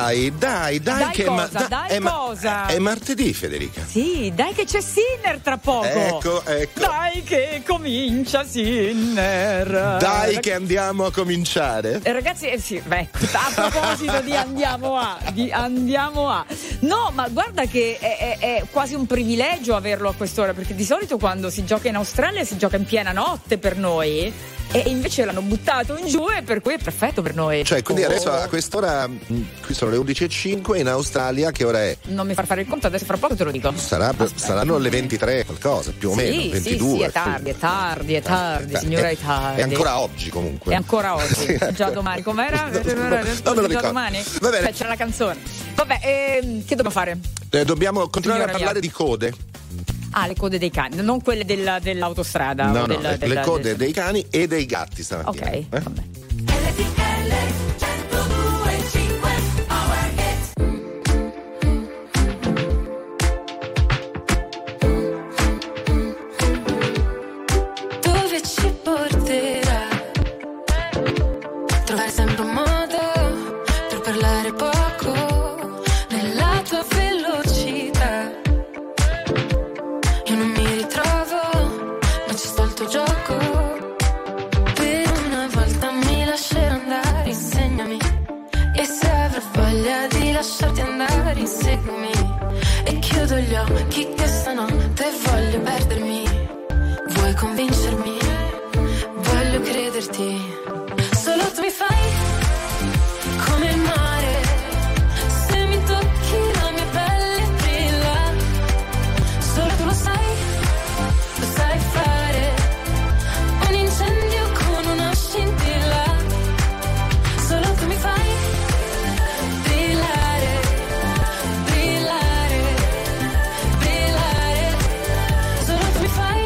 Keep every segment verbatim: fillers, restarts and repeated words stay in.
dai, dai, dai, Dai che cosa, ma- da- dai è, ma- cosa? è martedì, Federica. Sì, dai che c'è Sinner tra poco. Ecco, ecco. Dai che comincia Sinner. Dai che andiamo a cominciare. Eh, Ragazzi, eh sì, beh, a proposito di andiamo a, di andiamo a. No, ma guarda che è, è, è quasi un privilegio averlo a quest'ora, perché di solito quando si gioca in Australia si gioca in piena notte per noi. E invece l'hanno buttato in giù e per cui è perfetto per noi. Cioè, quindi Oh. adesso a quest'ora, mh, qui sono le undici e cinque, in Australia che ora è? Non mi far fare il conto, adesso fra poco te lo dico. Sarà, saranno le ventitré qualcosa, più o Sì, meno, sì, ventidue. sì, è tardi, è tardi, è tardi, Eh, signora, è, è tardi. È ancora oggi comunque. È ancora oggi, Sì, già ecco. domani. Com'era? Non me lo Già ricordo. domani? Va bene. Cioè, c'è la canzone. Vabbè, ehm, che dobbiamo fare? Eh, dobbiamo continuare Signora a parlare mia. di code. Ah, le code dei cani, non quelle della, dell'autostrada. No, o no, della, le, della, le code del- dei cani e dei gatti stamattina. Ok, Eh? vabbè. Dove ci porterà? Trovare sempre un modo per parlare poco nella tua velocità. Io non mi ritrovo, ma ci sto il tuo gioco. Per una volta mi lascerò andare, insegnami. E se avrò voglia di lasciarti andare, inseguimi. E chiudo gli occhi che stanotte voglio perdermi. Vuoi convincermi? Voglio crederti. Solo tu mi fai come il mare. Se mi tocchi la mia pelle brilla. Solo tu lo sai, lo sai fare. Un incendio con una scintilla. Solo tu mi fai brillare, brillare, brillare. Solo tu mi fai.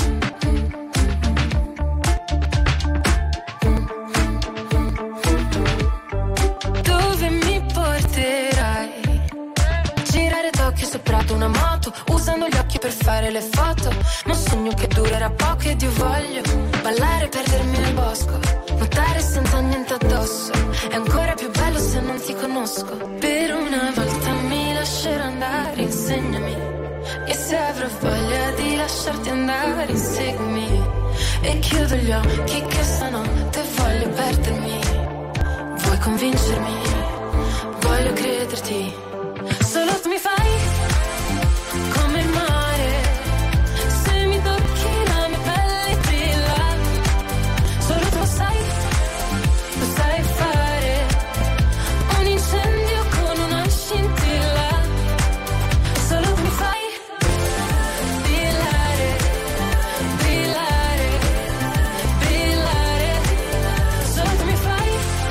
Dove mi porterai? Girare d'occhio sopra una moto, usando gli occhi per fare le foto. Ma un sogno che durerà poco ed io voglio ballare e perdermi nel bosco. Nuotare senza niente addosso, è ancora più bello se non ti conosco. Per una volta mi lascerò andare, insegnami. E se avrò voglia di lasciarti andare, inseguimi. E chiudo gli occhi che stanotte voglio perdermi. Vuoi convincermi? Voglio crederti. Solo tu mi fai come il mare. Se mi tocchi la mia pelle brilla. Solo tu lo sai, lo sai fare. Un incendio con una scintilla. Solo tu mi fai brillare, brillare, brillare. Solo tu mi fai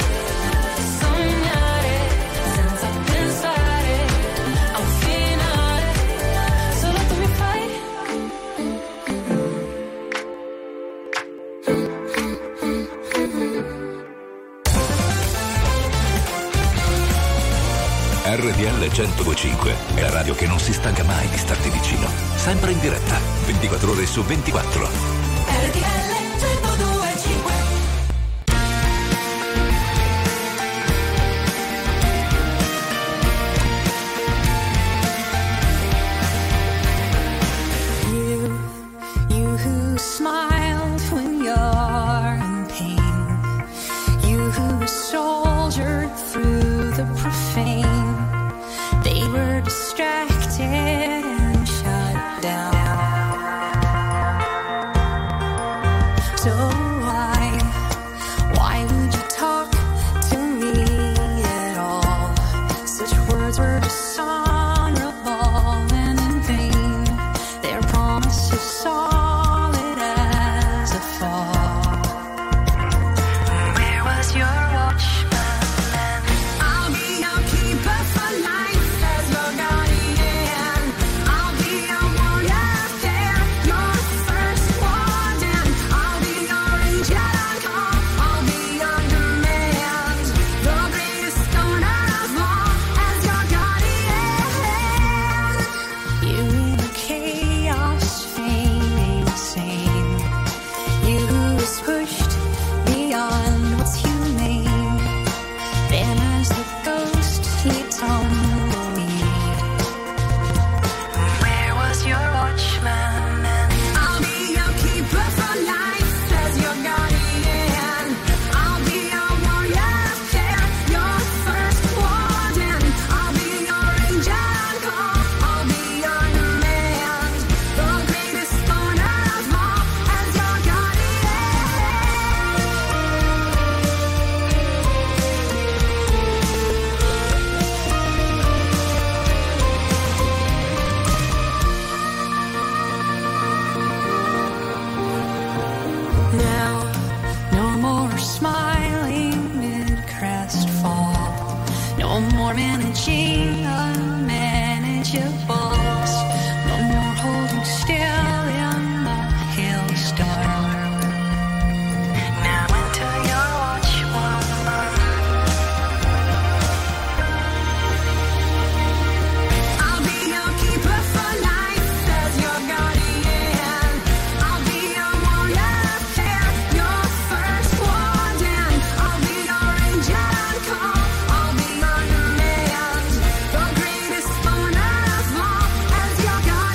sognare senza pensare a un finale. Solo tu mi fai. R T L centodue e cinque è la radio che non si stanca mai di starti vicino. Sempre in diretta, ventiquattro ore su ventiquattro. R T L centodue e cinque. You, you who smiled when you're in pain. You who soldiered through the profane. They were distracted and shut down. So why, why would you talk to me at all? Such words were dishonorable and in vain. Their promise is solid as a fall. Where was your watchman then? I'll be your keeper for life as your guardian. I'll be your one after your first warden. I'll be your Now, no more smiling mid-crest fall. No more managing unmanageables. No more holding still in the hailstorm. Now into your watch, woman. I'll be your keeper for life as your guardian. I'll be your warrior, your first warden. I'll be your angel call. I'll be your command. Your greatest fun of all as your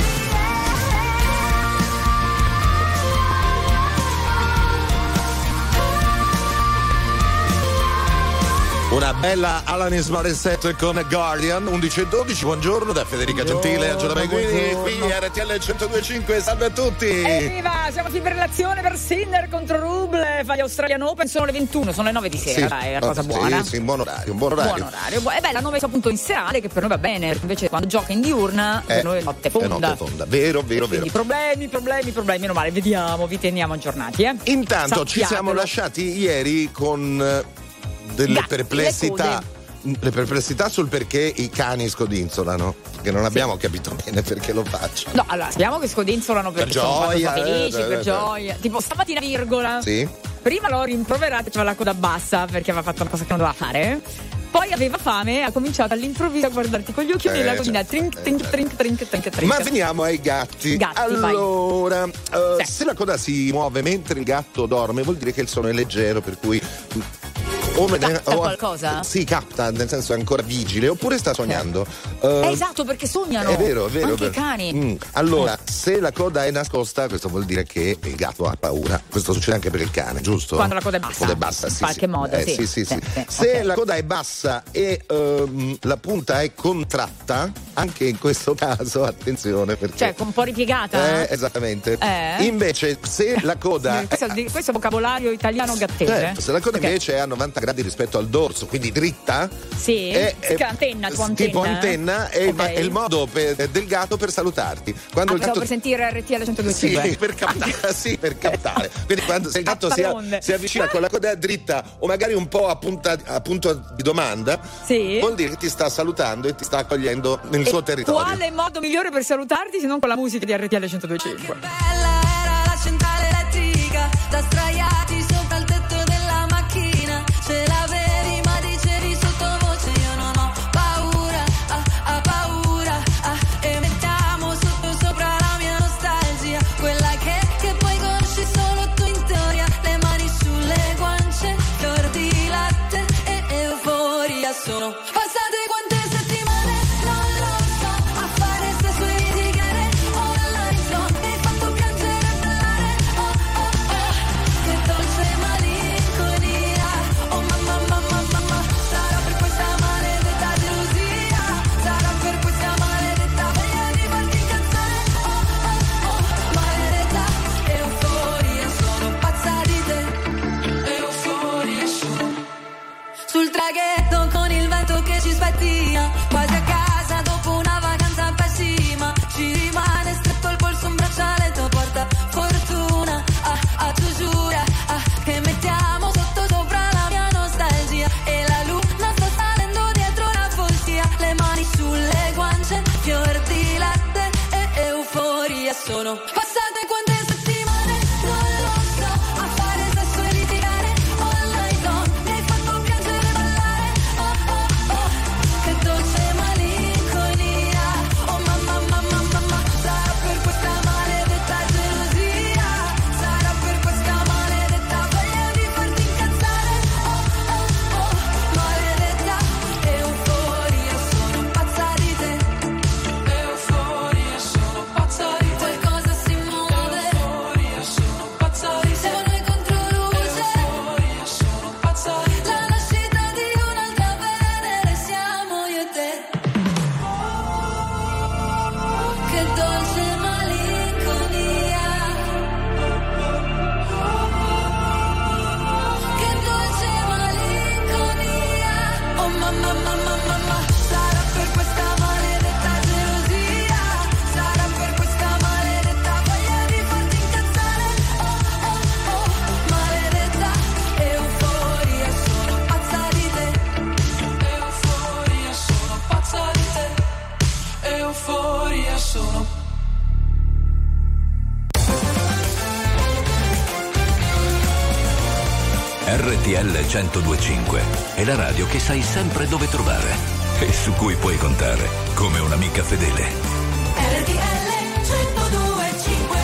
Una bella Alanis Morissette con Guardian. Undici e dodici, buongiorno da Federica Gentile, Angela Baguini, qui R T L centodue e cinque, salve a tutti. Evviva, siamo a fibrillazione per Sinner contro Ruble, fa gli Australian Open, sono le ventuno, sono le nove di sera, Sì. dai, è una Oh, cosa sì, buona. Sì, un buon orario, un buon orario. Buon orario. Bu- E beh, l'hanno messo appunto in serale, che per noi va bene, perché invece quando gioca in diurna, Eh, per noi è notte fonda. È notte fonda, vero, vero, vero. Quindi problemi, problemi, problemi, meno male, vediamo, vi teniamo aggiornati, eh. Intanto ci siamo Sappiatelo. lasciati ieri con eh, delle Gatti, perplessità. Le perplessità sul perché i cani scodinzolano, che non abbiamo capito bene perché lo facciano. No, allora, sappiamo che scodinzolano perché Per sono quando gioia, sono felici, eh, per eh, gioia. Tipo stamattina virgola. Sì? Prima l'ho rimproverato, c'aveva la coda bassa perché aveva fatto una cosa che non doveva fare. Poi aveva fame e ha cominciato all'improvviso a guardarti con gli occhi Eh, nella codina. certo, Trink, eh, trink, certo. trink, trink, trink, trink. Ma veniamo ai gatti. Gatti, vai. allora, eh, Sì. se la coda si muove mentre il gatto dorme, vuol dire che il sonno è leggero, per cui o Capta qualcosa? Sì, capta, nel senso è ancora vigile, oppure sta sognando. Eh, Eh, esatto, perché sognano. È vero, è vero. Anche è i vero. cani. Mm, Allora, se la coda è nascosta, questo vuol dire che il gatto ha paura. Questo succede anche per il cane, giusto? Quando la coda è bassa. Coda è bassa, In sì, qualche sì. modo, Eh, sì. sì, sì, sì. Sì, sì, Se ok. la coda è bassa e ehm, la punta è contratta, anche in questo caso, attenzione perché. Cioè, un po' ripiegata? Eh, esattamente. Eh? Invece, se la coda. Questo, è- questo è vocabolario italiano gattese. Certo, se la coda Ok. invece è a novanta gradi rispetto al dorso, quindi dritta, Sì, è, è- antenna, tua tipo antenna. antenna, è, il, Ok. è il modo per- del gatto per salutarti. Quando Ah, il gatto per sentire R T L centodue e sì, cinque. per captare, sì, per captare. Quindi quando se il gatto si, Captalonde. si avvicina con la coda dritta o magari un po' a, punta, a punto di domanda, Sì. vuol dire che ti sta salutando e ti sta accogliendo nel suo territorio. Quale modo migliore per salutarti se non con la musica di R T L centodue e cinque? bella era la centrale elettrica, da sdraiati sopra il tetto della macchina. Ce l'avevi ma dicevi sottovoce io non ho paura, ah, ah, paura, ah, e mettiamo sotto sopra la mia nostalgia, quella che, che poi conosci solo tu in teoria, le mani sulle guance, fior di latte e euforia. Sono passate quante settimane, non lo so, a fare stesso e litigare online, no, mi hai fatto piangere R T L centodue e cinque è la radio che sai sempre dove trovare e su cui puoi contare come un'amica fedele. R T L centodue e cinque.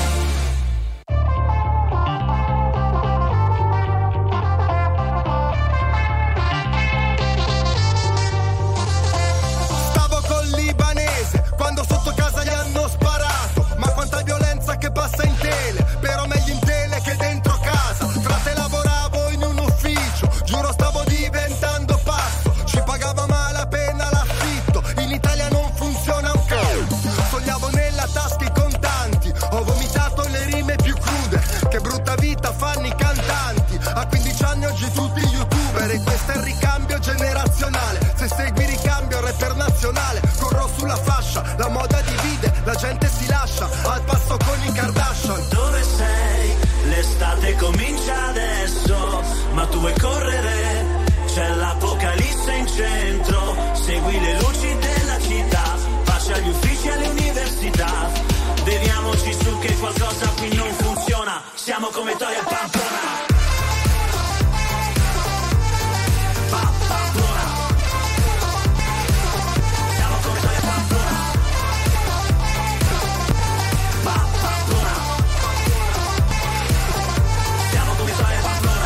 Stavo col libanese quando sotto casa gli hanno sparato, ma quanta violenza che passa in tele, però meglio in tele che dentro casa. Frate, lavoravo in un ufficio, giuro stavo diventando pazzo, ci pagava malapena l'affitto, in Italia non funziona un cazzo. Sognavo nella tasca i contanti, ho vomitato le rime più crude, che brutta vita fanno i cantanti. A quindici anni oggi tutti youtuber e questo è il ricambio generazionale. Se segui ricambio rapper nazionale, corro sulla fascia, la moda divide, la gente si lascia, al passo con i Kardashian. Dove sei? L'estate comincia adesso, ma tu vuoi correre? C'è l'apocalisse in centro, segui le luci della città, pace agli uffici e alle università. Beviamoci su che qualcosa qui non funziona, siamo come Toia e Pamplona. Siamo come Toia e Pamplona. Siamo come Toia e Pamplona.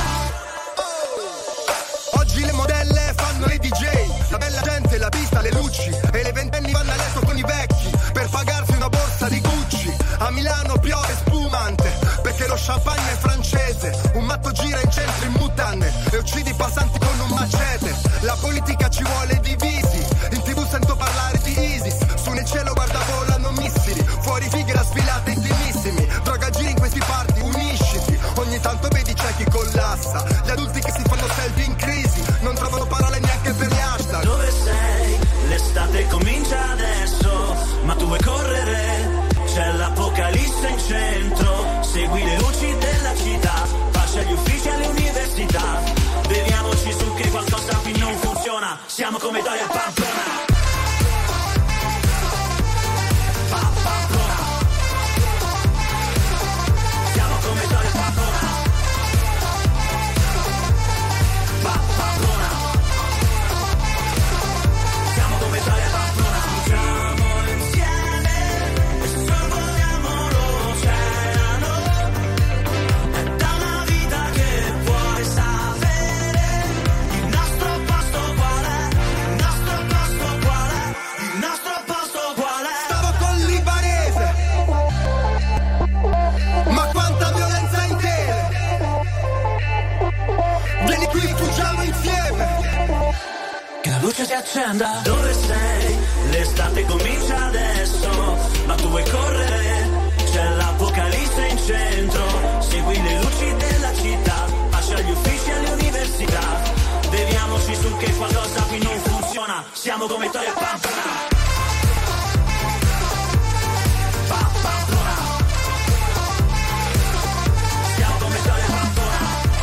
Oggi le modelle fanno le D J, la bella gente, la pista, le luci, e le ventenni vanno a letto con i vecchi per pagarsi una borsa di Gucci. A Milano piove spumante perché lo champagne è francese, un matto gira in centro in mutande e uccidi i passanti con un macete. La politica ci vuole divisi, in tv sento parlare di ISIS, su nel cielo guarda volano missili, fuori fighe la sfilata intimissimi, droga giri in questi parti, unisciti, ogni tanto vedi c'è chi collassa, gli adulti che si fanno selfie in crisi, non trovano parole neanche per le hashtag. Dove sei? L'estate comincia adesso, ma tu vuoi correre? C'è l'apocalisse in centro, segui le luci della città, pace agli uffici e alle università. Beviamoci su che qualcosa qui non funziona, siamo come Toia e Pamplona. Pa- Pamplona. Siamo come Toia e Pamplona. Pa- Pamplona. Siamo come Toia e Pamplona. Siamo insieme e sorvoliamo l'oceano. È da una vita che puoi sapere il nostro posto qual è, il nostro posto qual è, il nostro posto qual è. Stavo col libanese, ma quanta violenza in tele. Vieni qui, fuggiamo insieme. Che la luce si accenda. Dove sei? L'estate comincia adesso, ma tu vuoi correre? C'è l'apocalisse in centro, segui le luci della città, pace agli uffici e alle università. Beviamoci su che qualcosa qui non funziona, siamo come Toia e Pamplona. Pa- Pamplona. Siamo come Toia e Pamplona.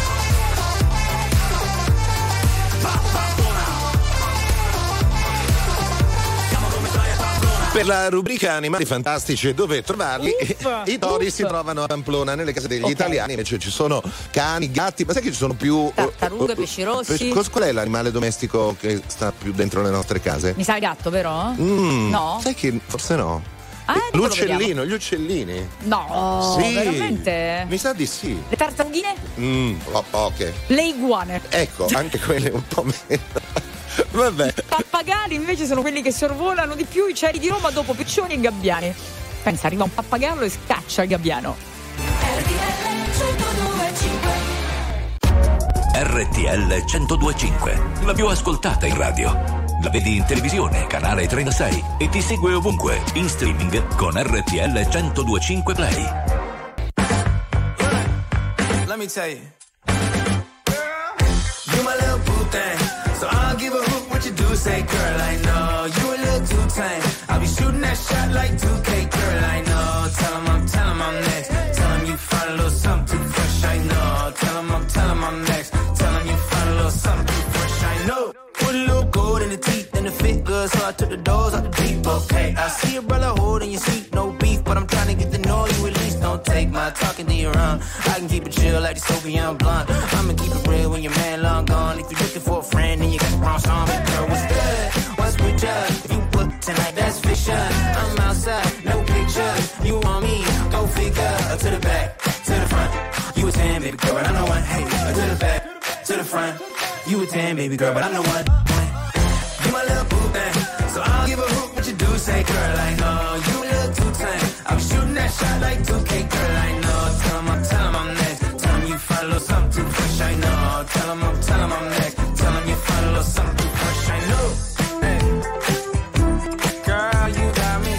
Pa- Pamplona. Siamo come Toia e Pamplona. Per la rubrica Animali Fantastici e dove trovarli, Uff, i tori uff. si trovano a Pamplona, nelle case degli Ok. italiani invece ci sono cani, gatti, ma sai che ci sono più Tartarughe, pesci rossi. Cos- Qual è l'animale domestico che sta più dentro le nostre case? Mi sa il gatto, vero? Mm, No? Sai che forse no. Ah, dove lo L'uccellino, vediamo? gli uccellini. No, sì. veramente? Mi sa di sì. Le tartarughine? Mm, po- poche. Le iguane. Ecco, anche quelle un po' meno. Vabbè. Pappagalli invece sono quelli che sorvolano di più i cieli di Roma dopo piccioni e gabbiani. Pensa, arriva un pappagallo e scaccia il gabbiano. R T L centodue e cinque. R T L centodue e cinque, la più ascoltata in radio. La vedi in televisione, canale trentasei, e ti segue ovunque, in streaming con R T L centodue e cinque Play. Let me tell you. You my little boo thing, so I'll give a hoot what you do. Say, girl, I know you a little too tame. I'll be shooting that shot like two K, girl, I know. Tell 'em I'm, tell 'em I'm next. Tell 'em you find a little something too fresh, I know. Tell 'em I'm, tell 'em I'm next. Tell 'em you find a little something too fresh, I know. Put a little gold in the teeth and the fit good, so I took the doors out the deep. Okay, I see a brother holding your seat, no beef, but I'm trying to get to know you at least. Don't take my talking to your own. I can keep it chill like the Soviet blonde. I'ma keep it real when you're to the back, to the front. You a ten, baby girl, but I'm the one. Hey, to the back, to the front. You a ten, baby girl, but I'm the one. You my little boo thing, so I don't give a hoot what you do. Say, girl, I know you a little too tame. I'm shooting that shot like two K, girl, I know. Tell 'em I'm, tell 'em I'm next. Tell 'em you find a little something too fresh, I know. Tell 'em I'm, tell 'em I'm next. Tell 'em you find a little something too fresh, I know. Hey. Girl, you got me.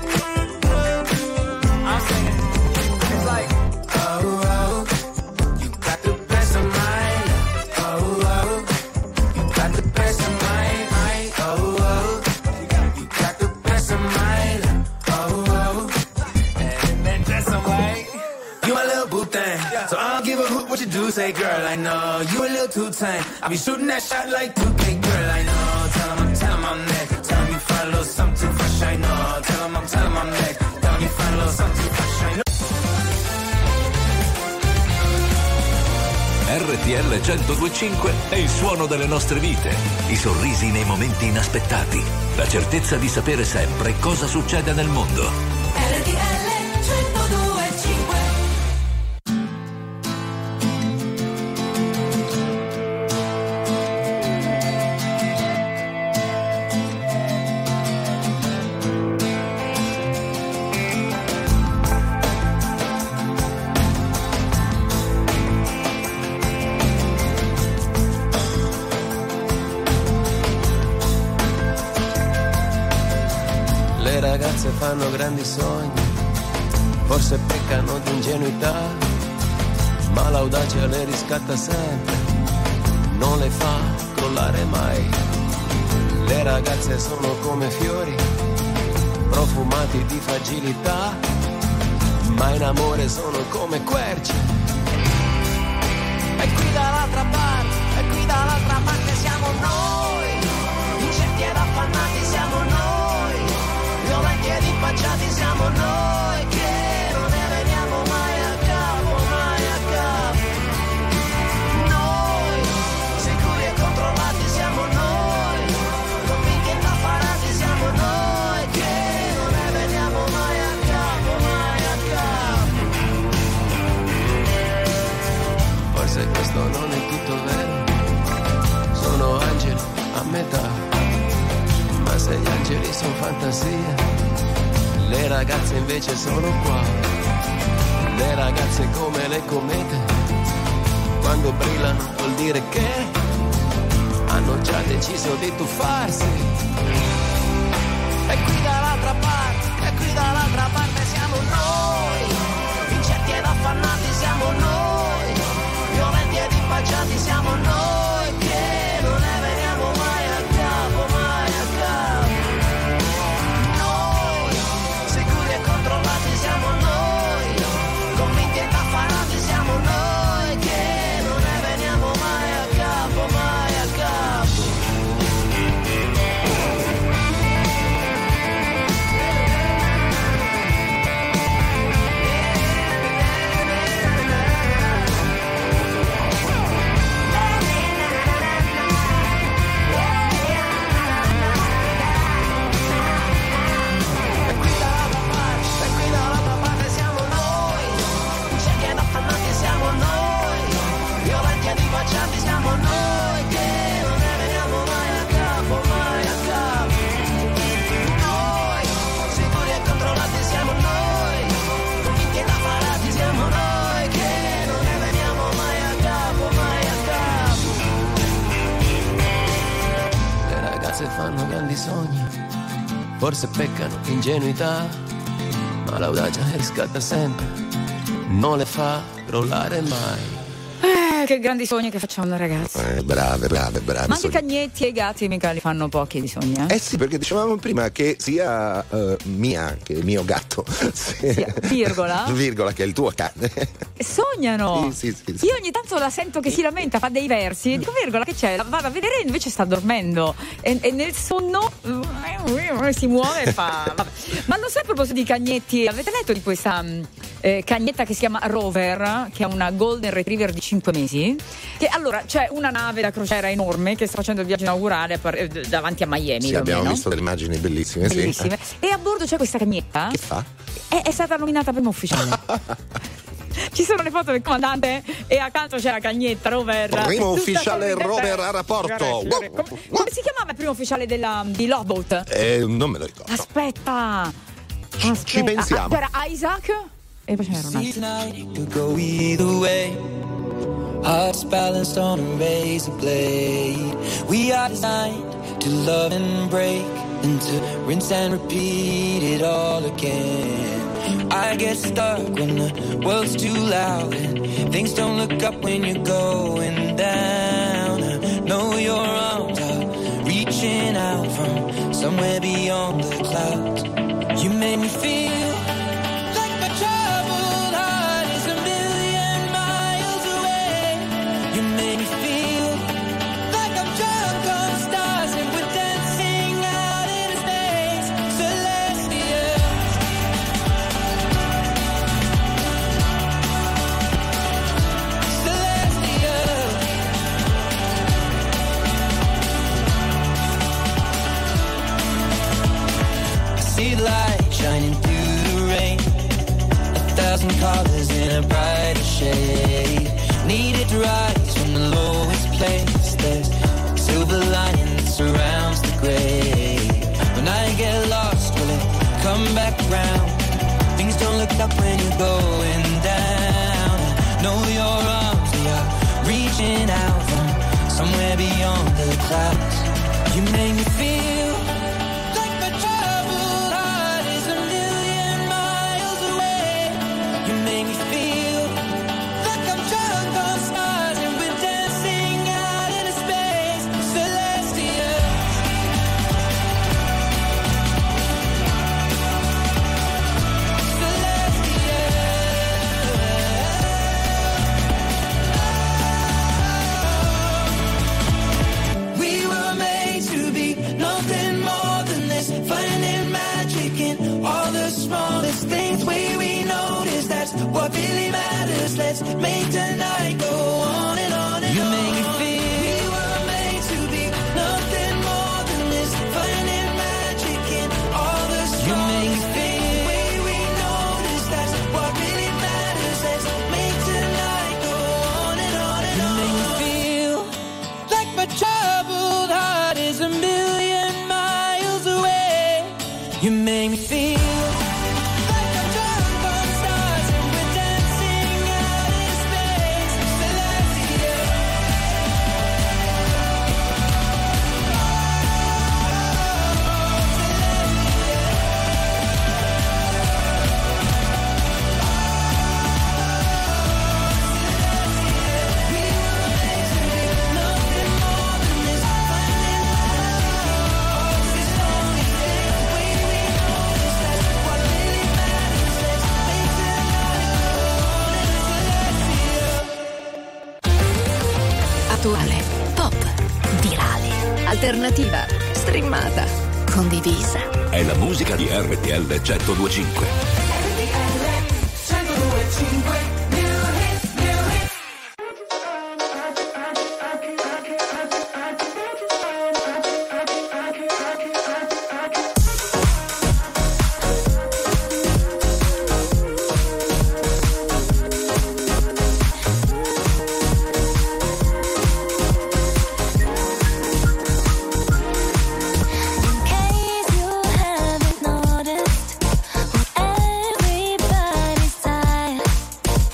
I'm singing. It's like, oh, oh, you got the best of mine. Oh, oh, you got the best of mine. Oh, oh, you got the best of mine. Oh, oh, and then that's some way. You a little boo thing, so I don't give a hoot what you do. Say, girl, I know you a little too tame. I be shooting that shot like two K, girl, I know. Tell 'em I'm, tell 'em I'm next. Tell 'em you find a little something fresh, I know. Tell 'em I'm, tell 'em I'm next. Tell 'em you find a little something fresh, I know. R T L centodue e cinque è il suono delle nostre vite, i sorrisi nei momenti inaspettati, la certezza di sapere sempre cosa succede nel mondo. R T L centodue e cinque. Le ragazze fanno grandi sogni, forse peccano di ingenuità, ma l'audacia le riscatta sempre, non le fa crollare mai. Le ragazze sono come fiori, profumati di fragilità, ma in amore sono come querce. E qui dall'altra parte, e qui dall'altra parte siamo noi, incerti ed affannati siamo noi. Violenti ed impacciati siamo noi, che non ne veniamo mai a capo, mai a capo. Noi, sicuri e controllati siamo noi, convinti e affarati siamo noi, che non ne veniamo mai a capo, mai a capo. Forse questo non è tutto vero, sono angeli a metà. Ma se gli angeli sono fantasia, le ragazze invece sono qua. Le ragazze come le comete, quando brillano vuol dire che hanno già deciso di tuffarsi. E qui dall'altra parte, e qui dall'altra parte siamo noi, incerti ed affannati siamo noi, violenti ed impacciati siamo noi, che non ne veniamo mai a capo, mai a capo. Noi, sicuri e controllati siamo noi, convinti ed affarati siamo noi, che non ne veniamo mai a capo, mai a capo. Siamo noi che non ne veniamo mai a capo, mai a capo. Noi, sicuri e controllati siamo noi, convinti ed affarati siamo noi, che non ne veniamo mai a capo, mai a capo. Le ragazze fanno grandi sogni, forse peccano ingenuità, ma l'audacia riscatta sempre, non le fa crollare mai. Che grandi sogni che facciamo noi ragazzi. Eh, brave, brave, brave. Ma anche i cagnetti e i gatti mica li fanno pochi di sogni, eh? Eh sì, perché dicevamo prima che sia uh, mia, che il mio gatto, sia, virgola, virgola, che è il tuo cane, sognano. Sì, sì, sì, sì. Io ogni tanto la sento che si lamenta, fa dei versi e dico virgola che c'è, vado a vedere, invece sta dormendo e, e nel sonno si muove e fa vabbè. Ma non so, a proposito di cagnetti, avete letto di questa eh, cagnetta che si chiama Rover, che è una golden retriever di cinque mesi? Che allora c'è una nave da crociera enorme che sta facendo il viaggio inaugurale per, eh, davanti a Miami. Sì, abbiamo meno. visto delle immagini bellissime, bellissime. Sì. E a bordo c'è questa cagnetta che fa? È, è stata nominata prima ufficiale. Ci sono le foto del comandante e accanto c'è la cagnetta Rover. Primo Tutta ufficiale sorridente. Rover a rapporto. Come, come si chiamava il primo ufficiale della, di Loveboat? Eh, non me lo ricordo. Aspetta. Aspetta. Ci pensiamo. Ah, era Isaac? E poi c'era un altro. Tonight could go either way. Hearts balanced on a razor blade. We are designed to love and break, and to rinse and repeat it all again. I get stuck when the world's too loud and things don't look up when you're going down. I know your arms are reaching out from somewhere beyond the clouds. You made me feel like my troubled heart is a million miles away. You made me feel like I'm drunk on stars and we're dancing out in space. Celestial. Celestial. I see the light shining through the rain. A thousand colors in a brighter shade. Needed to rise from the lowest place. There's a silver lining that surrounds the gray. When I get lost, will it come back around? Things don't look up when you're going down. I know your arms, they are reaching out from somewhere beyond the clouds. You make me feel like my troubled heart is a million miles away. You make me feel like I'm drunk on stars and we're dancing out in space. Celestial. We were made to be nothing more than this, finding magic in all the smallest things. We we notice that's what really matters. Let's make tonight go on and on and you on. You make me feel we were made to be nothing more than this, finding magic in all the smallest you make me feel we we notice that's what really matters. Let's make tonight go on and on and you on. You make me feel like my troubled heart is a million miles away. You make me feel like I'm drunk on stars and we're dancing out in space. Celestial. We were made to be nothing more than this, finding all these lonely days. We we notice that's what really matters. Let's make tonight go on and celestial. Attuale, pop, virale, alternativa, streamata, condivisa. È la musica di R T L centodue e cinque. In case you haven't noticed, what everybody's tired.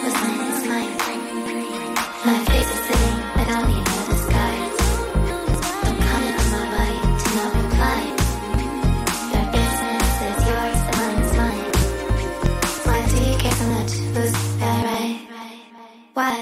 the sun is mine. My face is sitting, I don't need no disguise. Don't comment on my body to no reply. Your business is yours, the money's mine. Why do you care so much? Who's that right? Why?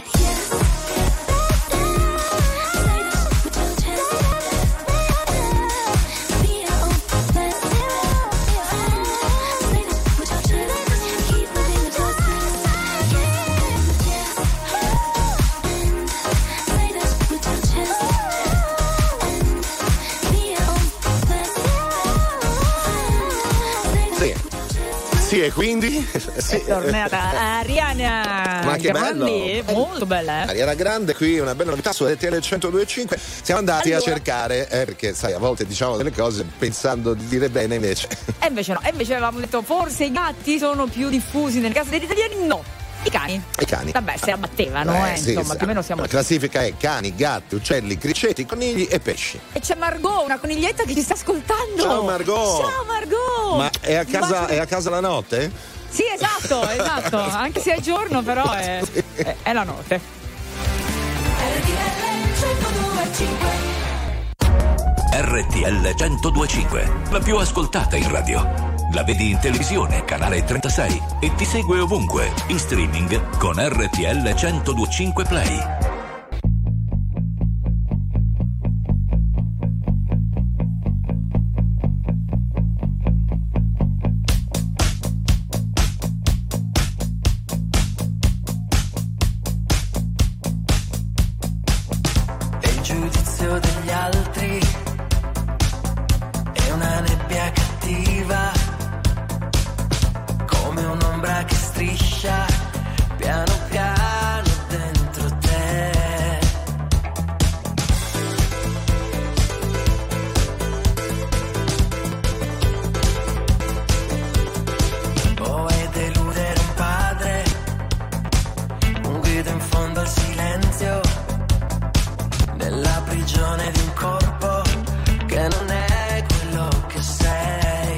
E quindi sì. È tornata Ariana Ma che Grande, bello. molto bella, eh? Ariana Grande, qui una bella novità su R T L centodue e cinque. Siamo andati allora. a cercare, eh, perché sai, a volte diciamo delle cose pensando di dire bene, invece. E invece no, e invece avevamo detto forse i gatti sono più diffusi nelle case degli italiani, no. I cani. I cani. Vabbè, se abbattevano, eh, sì, insomma, sì. più o meno siamo. La classifica è cani, gatti, uccelli, criceti, conigli e pesci. E c'è Margot, una coniglietta che ci sta ascoltando. Ciao Margot. Ciao Margot. Ma è a casa, Ma... è a casa la notte? Sì, esatto, esatto. Anche se è giorno, però è, è, è la notte. R T L centodue e cinque, la più ascoltata in radio. La vedi in televisione, canale trentasei, e ti segue ovunque, in streaming con R T L centodue e cinque Play. E il giudizio degli altri è una nebbia cattiva, come un'ombra che striscia piano piano dentro te. Oh, è deludere un padre, un grido in fondo al silenzio, nella prigione di un corpo che non è quello che sei.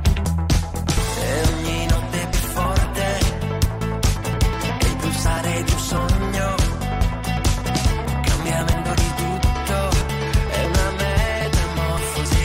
E ogni notte più forte è il pulsare di un sogno, cambiamento di tutto, è una metamorfosi.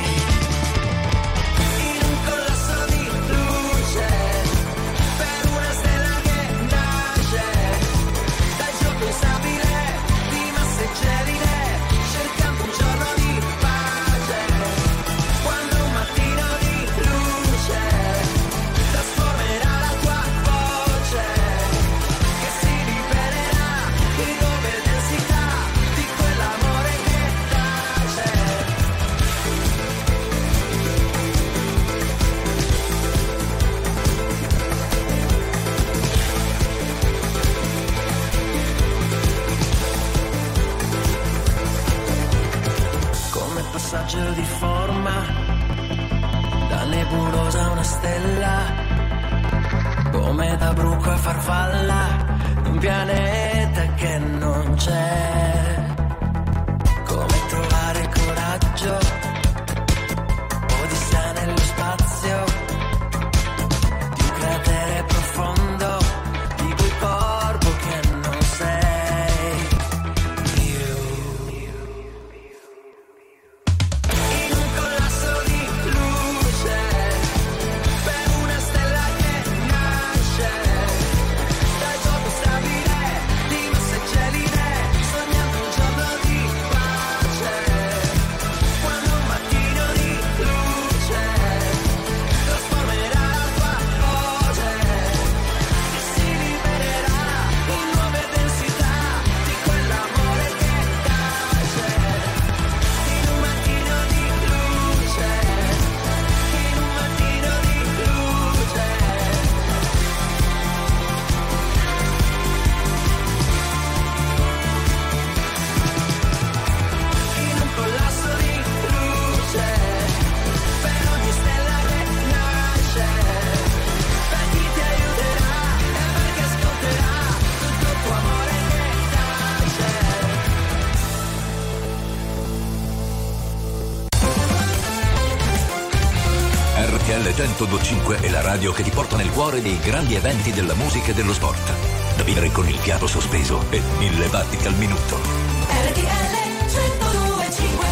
In un collasso di luce, per una stella che nasce dal gioco instabile di masse gelide, cercando un giorno di pace, quando un mattino di luce trasformerà la tua voce, che si libererà di nuove densità di quell'amore che tace. Come passaggio di forma, da nebulosa a una stella, come da bruco a farfalla, di un pianeta che non c'è. Come trovare coraggio, odissea nello spazio, di un cratere profondo, di quel corpo che non sei più. In un collasso di luce, per una stella che nasce dal gioco stabile di masse gelide, sognando un giorno di pace, quando un mattino di luce trasformerà la tua voce, che si libererà in nuove densità di quell'amore che tace. In un mattino di luce, in un mattino di luce. In un collasso di luce, per ogni stella che nasce, per chi ti aiuterà e perché ascolterà tutto il tuo amore che tace. R T L centodue e cinque è la radio che ti porta nel cuore dei grandi eventi della musica e dello sport. da vivere con il fiato sospeso e mille battiti al minuto. R T L centodue e cinque.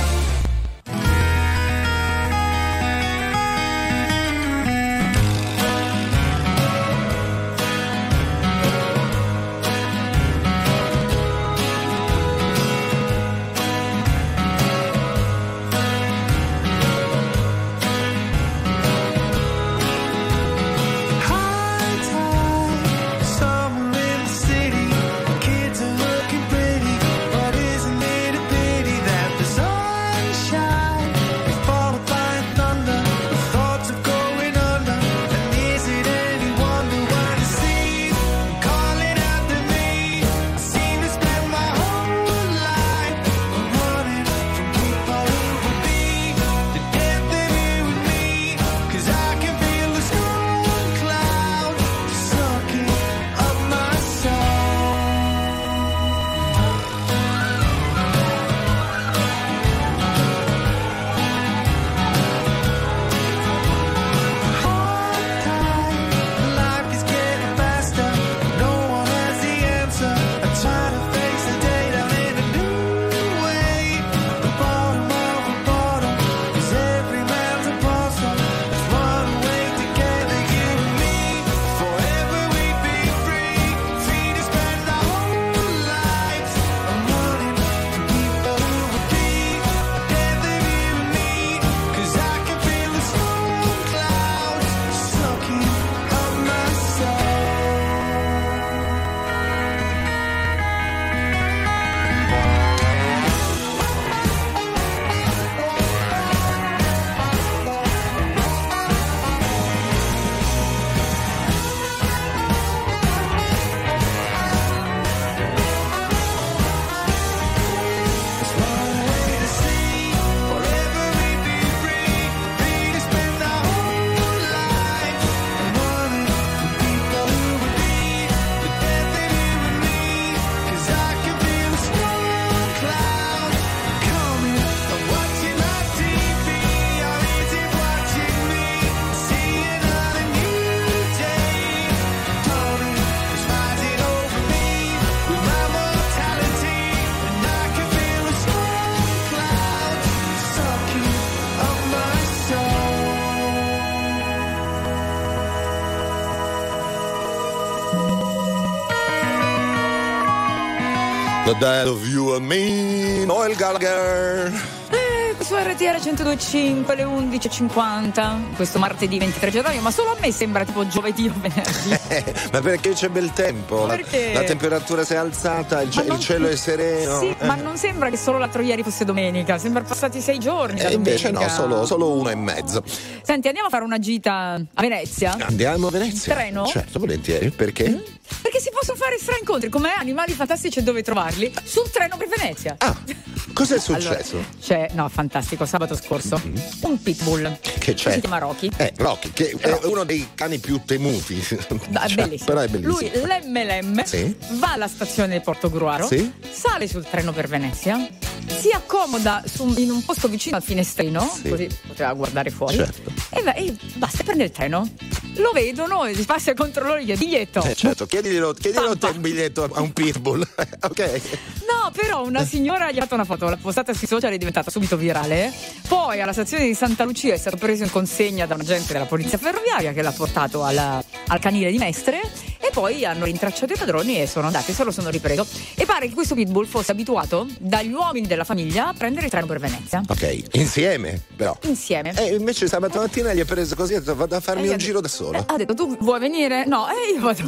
The Death of You and Me, Noel Gallagher. Eh, su R T L centodue e cinque, le undici e cinquanta, questo martedì ventitré gennaio, ma solo a me sembra tipo giovedì o venerdì. Ma perché c'è bel tempo, la, la temperatura si è alzata, il, non, il cielo è sereno. Sì, eh. ma non sembra che solo l'altro ieri fosse domenica, sembra passati sei giorni. E invece no, solo, solo uno e mezzo. Senti, andiamo a fare una gita a Venezia? Andiamo a Venezia? In treno? Certo, volentieri, perché? Mm? Perché si possono fare straincontri come Animali Fantastici e Dove Trovarli sul treno per Venezia. Ah, cos'è successo? Allora, c'è, no, fantastico, sabato scorso, mm-hmm. un pitbull che c'è? Che si chiama Rocky. Eh, Rocky, che Rocky. È uno dei cani più temuti. Da, cioè, bellissimo. Però è bellissimo. Lui, lemme lemme, sì. va alla stazione di Portogruaro, sì. sale sul treno per Venezia, si accomoda su, in un posto vicino al finestrino, sì. così poteva guardare fuori, certo. e, va, e basta, prende il treno. Lo vedono e si passa il controllore, gli biglietto. Eh, certo, chiediglielo, chiediglielo te un biglietto a un pitbull. Ok. No, però una signora gli ha fatto una foto, l'ha postata sui social, è diventata subito virale. Poi alla stazione di Santa Lucia è stato preso in consegna da un agente della polizia ferroviaria che l'ha portato alla, al canile di Mestre, e poi hanno rintracciato i padroni e sono andati, se lo sono ripreso. E pare che questo pitbull fosse abituato dagli uomini della famiglia a prendere il treno per Venezia. Ok, insieme però. Insieme. E invece sabato mattina gli ha preso così e ha detto vado a farmi eh, un giro da solo. Eh, ha detto tu vuoi venire? No, e eh, io vado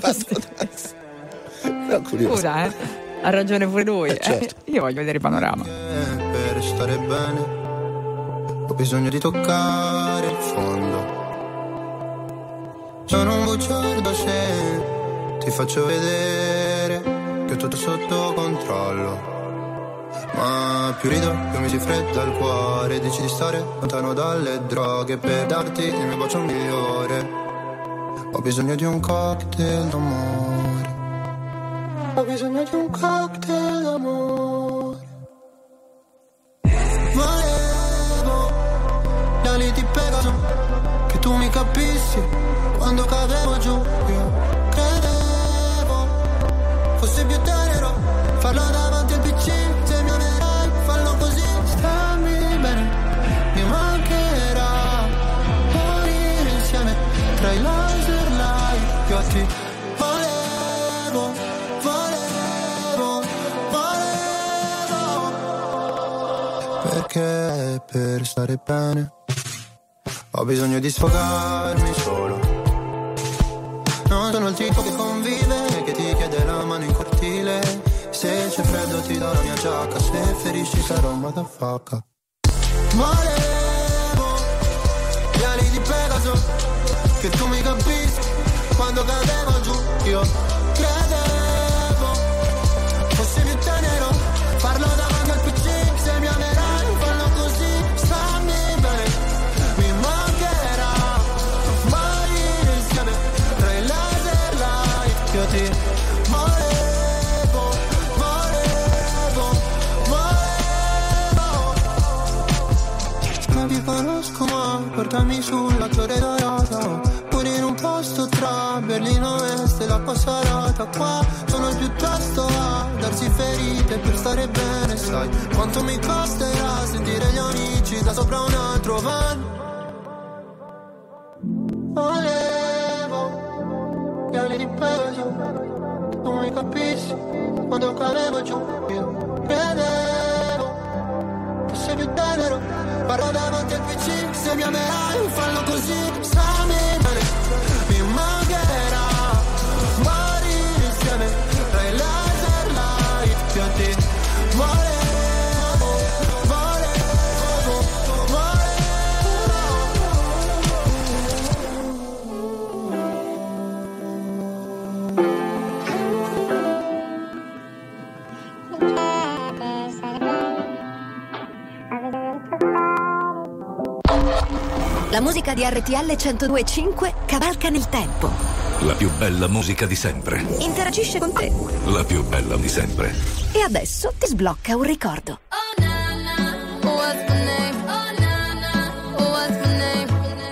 a curioso. Scusa, eh. Ha ragione pure lui. Eh, certo. eh, io voglio vedere il panorama. Eh, per stare bene ho bisogno di toccare il fondo. Sono un bugiardo se ti faccio vedere che ho tutto sotto controllo. Ma più rido, più mi si fredda il cuore. Dici di stare lontano dalle droghe per darti il mio bacio migliore. Ho bisogno di un cocktail d'amore. Ho bisogno di un cocktail d'amore. Volevo l'ali di Pegaso, che tu mi capissi quando cadevo giù. Io credevo Fossi più tenero, farlo davanti al P C. Se mi amerai, fallo così. Stammi bene, mi mancherà morire insieme tra i laser light. Io ti volevo, volevo, volevo. Perché per stare bene ho bisogno di sfogarmi solo. Non sono il tipo che convive, che ti chiede la mano in cortile. Se c'è freddo ti do la mia giacca, se ferisci sarò un motherfucker. Volevo gli ali di Pegaso, che tu mi capissi quando cadevo giù. Io credevo fossi più tenero, farlo davanti al P C. Se mi amerai, fallo così. Stammi bene, mi mancherà morire insieme tra i laser light. Io ti volevo, volevo, volevo. Non ti conosco ma portami sulla torre dorata, pure in un posto tra Berlino Est e l'acqua salata. Qua sono piuttosto a darsi ferite per stare bene. Sai quanto mi costerà sentire gli amici da sopra un altro van. Volevo gli ali di peso, tu mi capissi quando cadevo giù. Io credevo fossi più tenero, parlo davanti al P C. Se mi amerai, fallo così. Stammi bene, mi mancherà morire insieme tra i laser light. Io ti volevo, volevo, La musica di R T L centodue e cinque cavalca nel tempo. La più bella musica di sempre. Interagisce con te. La più bella di sempre. E adesso ti sblocca un ricordo. What's my name? Oh na na, what's my name?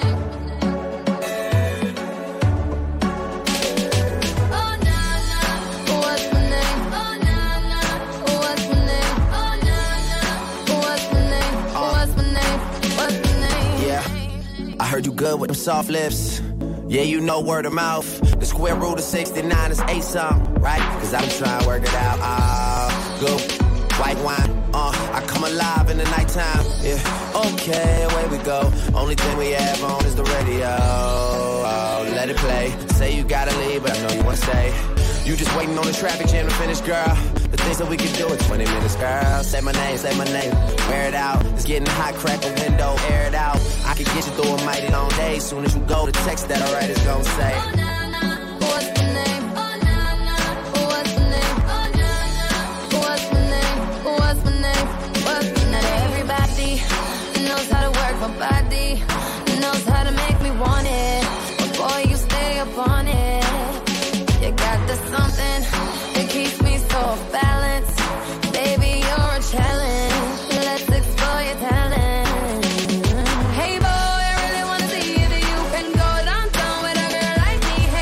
Oh na na, what's my name? Oh na na, what's my name? Oh na na, what's my name? What's my name? What's my name? Yeah, I heard you good with them soft lips. Yeah, you know word of mouth. The square root of sixty-nine is eight something, right? Cause I'm trying to work it out. Ah, uh, good white wine. Uh, I come alive in the nighttime. Yeah, okay, away we go. Only thing we have on is the radio. Oh, let it play. Say you gotta leave, but I know you wanna stay. You just waiting on the traffic jam to finish, girl. The things that we can do in twenty minutes, girl. Say my name, say my name. Wear it out. It's getting hot, crack a window, air it out. I can get you through a mighty long day. Soon as you go, the text that I write is gonna say. Oh na na, what's my name? Oh na na, what's my name? Oh na na, what's my name? What's my name? What's my name? Everybody knows how to work my body, knows how to make me want it. But boy, you stay up on it. You got the something that keeps me so off balance. Baby, you're a challenge. Let's explore your talent. Hey boy, I really wanna see if you can go downtown with a girl like me.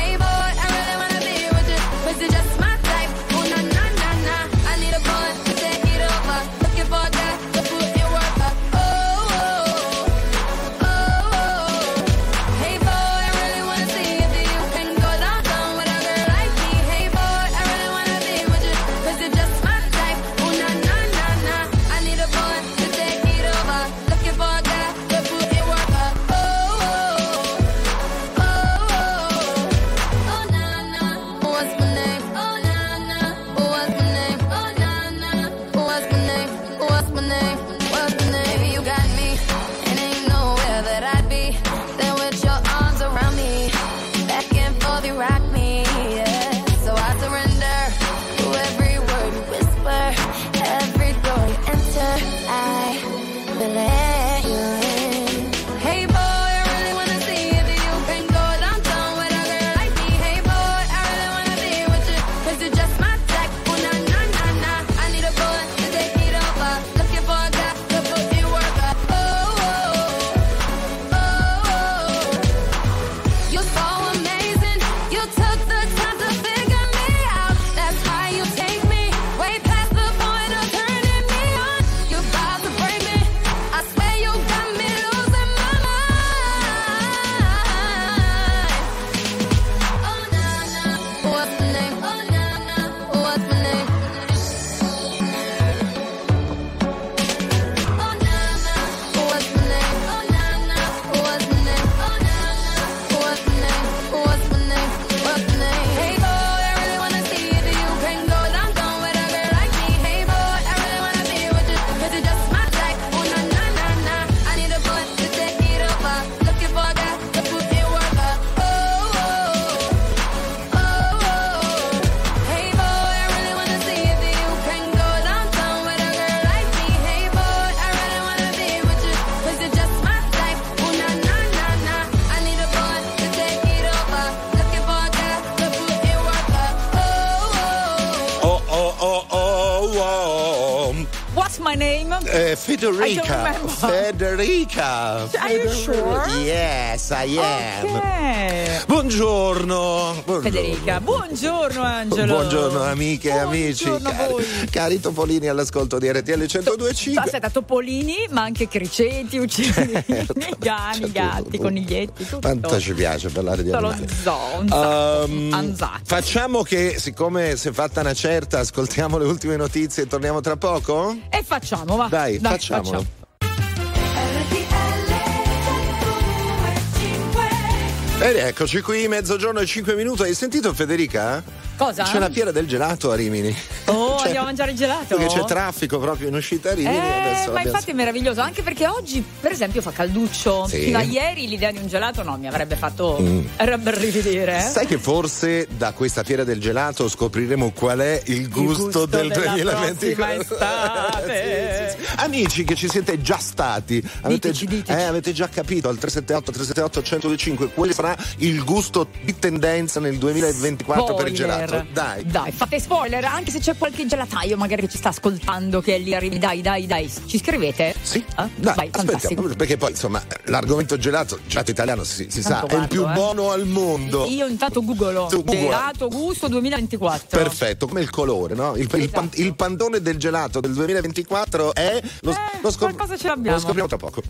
What's my name? Eh, Federica. I don't Federica. Are you sure? Yes, I am. Ok. Buongiorno. Buongiorno. Federica, buongiorno Angelo. Buongiorno amiche e amici. Buongiorno a Cari, voi. cari Topolini all'ascolto di R T L centodue e cinque. Aspetta, topolini, ma anche criceti, uccellini, Certo. cani, gatti, coniglietti, tutto. Quanto ci piace parlare di Tutto lo animali. zonzo. Um, Anzacchi. facciamo che, siccome si è fatta una certa, ascoltiamo le ultime notizie e torniamo tra poco? E facciamo, va. Dai, Dai facciamolo. facciamo. Ed eccoci qui, mezzogiorno e cinque minuti. Hai sentito Federica? Cosa? C'è la fiera del gelato a Rimini. Oh, Cioè, andiamo a mangiare il gelato? Perché c'è traffico proprio in uscita a Rimini. Eh, adesso ma abbiamo- infatti è meraviglioso, anche perché oggi, per esempio, fa calduccio. Sì. Fino a ieri l'idea di un gelato no, mi avrebbe fatto Mm. rabbrividire. Eh? Sai che forse da questa fiera del gelato scopriremo qual è il gusto, gusto del della duemilaventiquattro. prossima estate. Sì, sì, sì. Amici che ci siete già stati, avete, Diteci, diteci. eh, avete già capito al tre sette otto tre sette otto uno zero due cinque quale sarà il gusto di tendenza nel duemilaventiquattro per il Spoiler. gelato? Dai. Dai, fate spoiler, anche se c'è qualche gelataio magari che ci sta ascoltando, che è lì arrivi. Dai, dai, dai, ci scrivete? Sì. Eh? Dai, Vai, fantastico. aspettiamo, perché poi insomma l'argomento gelato, gelato italiano si, si sa, Tanto è il più guardo, eh. buono al mondo. Io intanto googolo Tu googla. gelato gusto duemilaventiquattro. Perfetto, come il colore, no? Il, il, pan- il pantone del gelato del duemilaventiquattro è. Lo, Eh, lo scop- qualcosa ce l'abbiamo. Lo scopriamo tra poco.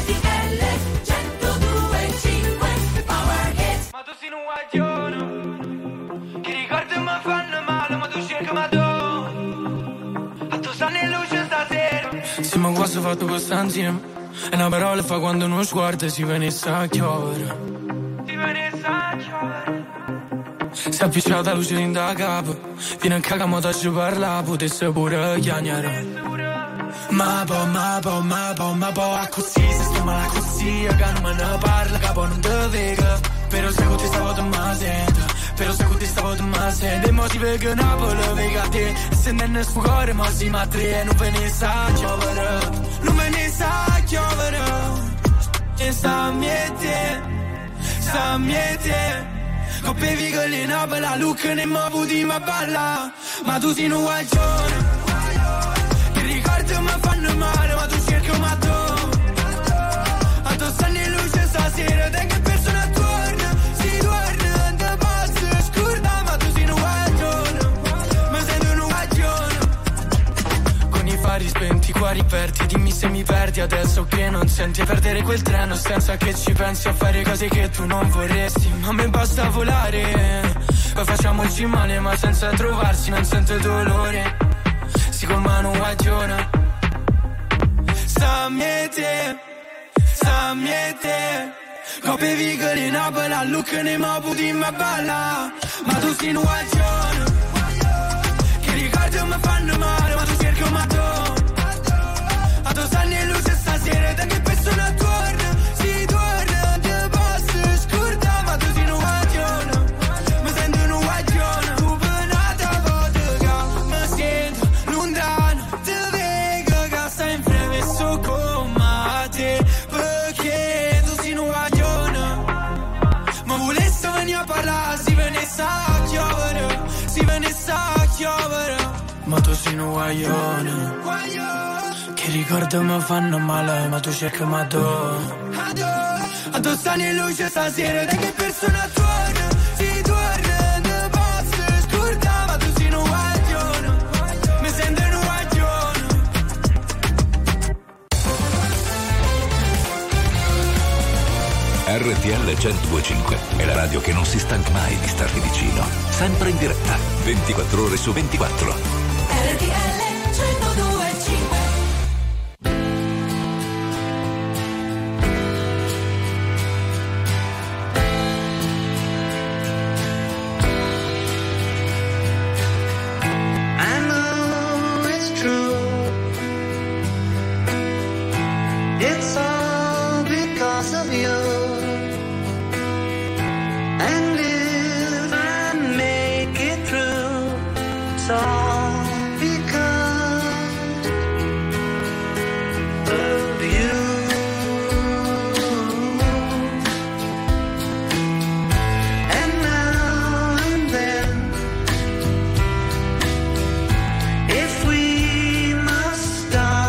Ma tu sei un guaglione, che ricordi mi fanno male, ma tu cerchi ma tu, a tu stanno in luce stasera. Siamo quasi fatto questo insieme, e una parola fa quando uno sguardo si venisse a chiovere. Si venisse a chiovere. Si è appicciata la luce in da capo, fino a che la moto ci parla, potesse pure chiagnare. Ma po, ma po, ma po, ma po, a così, se sto male così, che non me ne parla, capo non te vega. Però se con te stavo te ma sento, però se con te stavo te ma sento. E mo si vega Napoli, vega te, e se ne ne sfugare, mo si ma tre, non ve ne sa chiovere, non ve ne sa chiovere. E sta miete, sta miete, coppe vigole Napoli, la look ne mo puti ma balla, ma tu sei un guaglione. Ricordi mi fanno male, ma tu cerchi ma tu, a tu stanno in luce stasera, te che persona torna, si torna, non te posso scordare, ma tu sei un guaglione, mi sento un guaglione. Con i fari spenti, i cuori aperti, dimmi se mi perdi adesso che non senti perdere quel treno, senza che ci pensi a fare cose che tu non vorresti, ma a me basta volare, poi facciamoci male, ma senza trovarsi non sento dolore. Come un guaglione, sta miete, sta miete, coppe vigole Napoli, la look ne mo puti ma balla, ma tu sei un guaglione, che ricordi mi fanno male, ma tu cerchi ma tu, a tu stanno in luce stasera, te che persona torna, si torna, non te posso scordare, ma tu sei un guaglione, mi sento un guaglione, tu penata vodka, mi sento lontano, te vedo che stai in fremesso con te, perché tu sei un guaglione, ma volessi venire a parlare, si venisse a chiovere, si venisse a chiovere, ma tu sei un guaglione, che ricordi mi fanno male, ma tu cerchi ma tu, a tu stanno in luce stasera, da che persona torna, si torna, te posso scordare, ma tu sei un guaglione, mi sento un guaglione. R T L centodue e cinque è la radio che non si stanca mai di starti vicino, sempre in diretta, ventiquattro ore su ventiquattro. R T L centodue e cinque. I know it's true. It's all because of you. And if I make it through, it's all because of you. And now and then, if we must start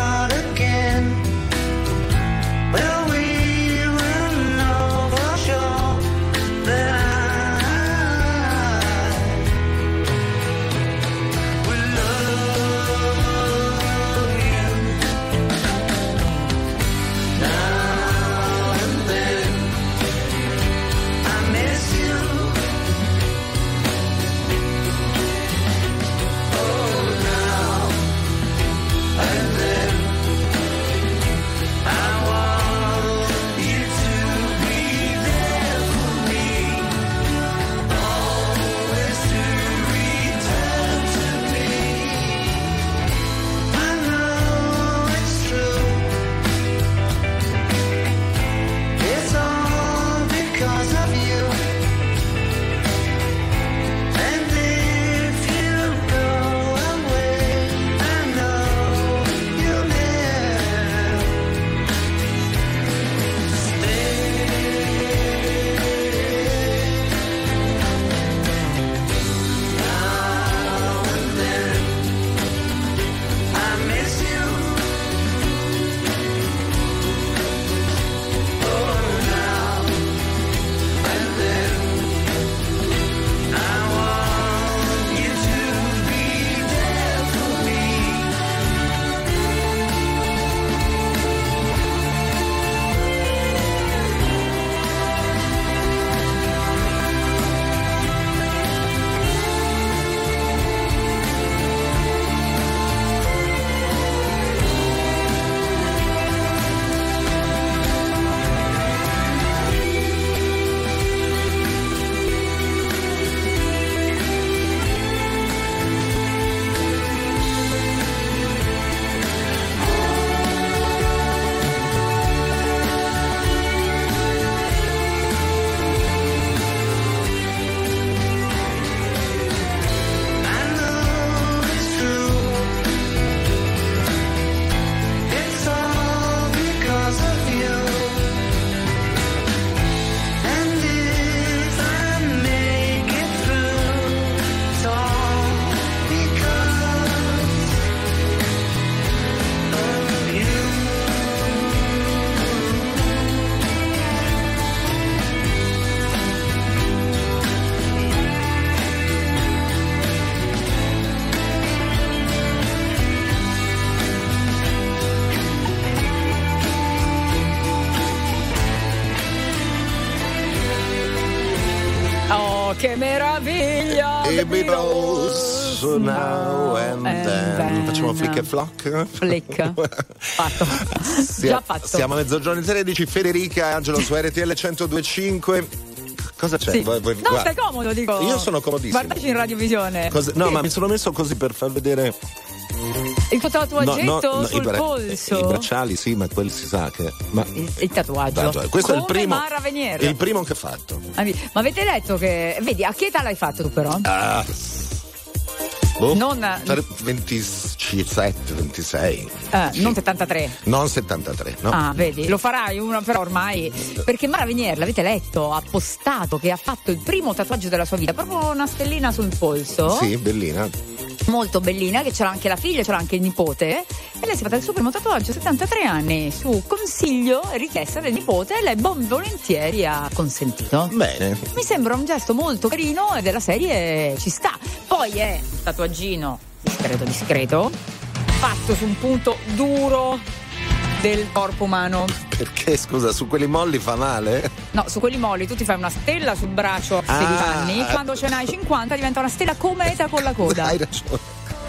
che meraviglia! E Beatles now and, and then. then. Facciamo flick e flock? Flick. Fatto. Sia- Già fatto. Siamo a mezzogiorno di tredici, Federica e Angelo su R T L centodue e cinque. Cosa c'è? Sì. Vuoi- vuoi- No, guarda. stai comodo, dico. Io sono comodissimo. Guardaci in radiovisione. Cosa- No, Sì. ma mi sono messo così per far vedere. Il tuo tatuaggetto i sul bra- polso. I bracciali, sì, ma quelli si sa che. Ma Il, il tatuaggio. Tatuaggio. Questo Come è il primo. Mara Venier. Il primo che ho fatto. Ma avete letto che. Vedi, a che età l'hai fatto tu, però? Ah. Boh, Non- ventisette, ventisei. Eh, non settantatré. Non settantatré, no? Ah, vedi, lo farai uno, però ormai. Perché Mara Venier, l'avete letto, ha postato che ha fatto il primo tatuaggio della sua vita, proprio una stellina sul polso. Sì, bellina. Molto bellina, che c'era anche la figlia, c'era anche il nipote. E lei si è fatta il suo primo tatuaggio a settantatré anni, su consiglio e richiesta del nipote, e lei buon volentieri ha consentito. Bene. Mi sembra un gesto molto carino e della serie ci sta. Poi è un tatuaggino discreto discreto, fatto su un punto duro del corpo umano. Perché, scusa, su quelli molli fa male? No, su quelli molli tu ti fai una stella sul braccio a sedici Ah. anni, quando ce n'hai cinquanta diventa una stella cometa con la coda. Hai ragione.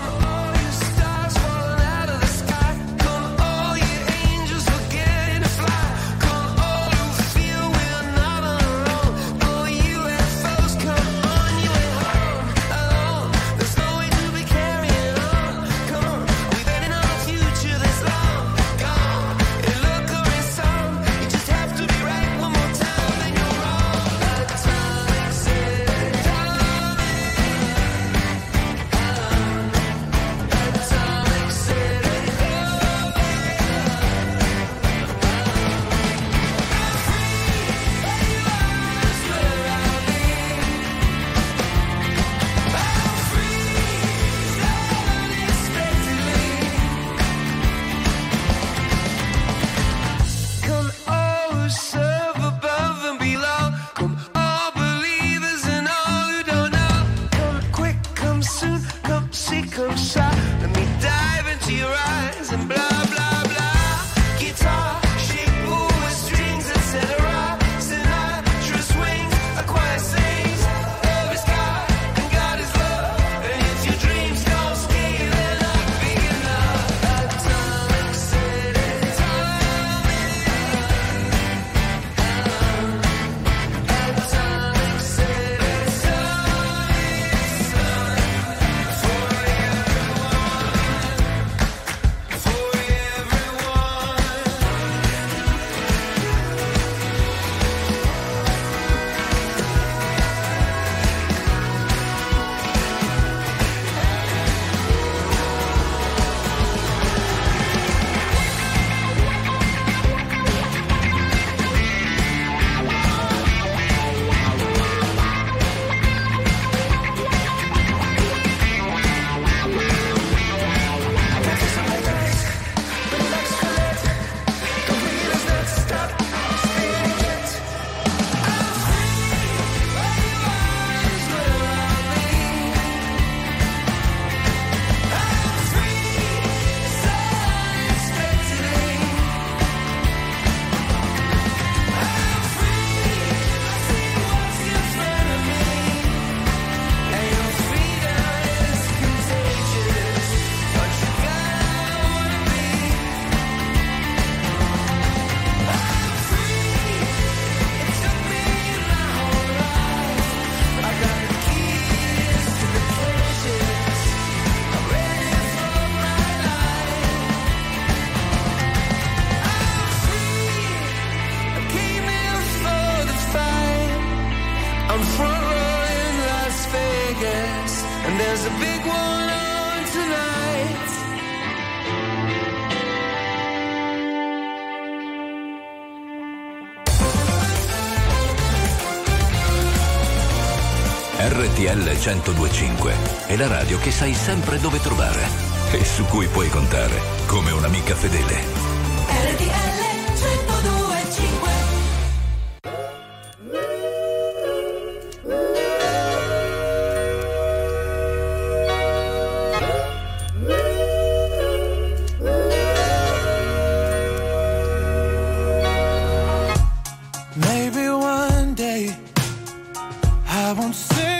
Come all serve above and below. Come all believers and all who don't know. Come quick, come soon, come see, come shy. Let me dive into your eyes and blah, blah, blah. Guitar, shape, pull with strings, et cetera. Sinatra swings, a choir sings. Love is God and God is love. And if your dreams don't scale, they're not big enough. Atomic City. I'm front row in Las Vegas, and there's a big one on tonight. R T L centodue e cinque è la radio che sai sempre dove trovare e su cui puoi contare come un'amica fedele. R T L centodue e cinque. Maybe one day I won't say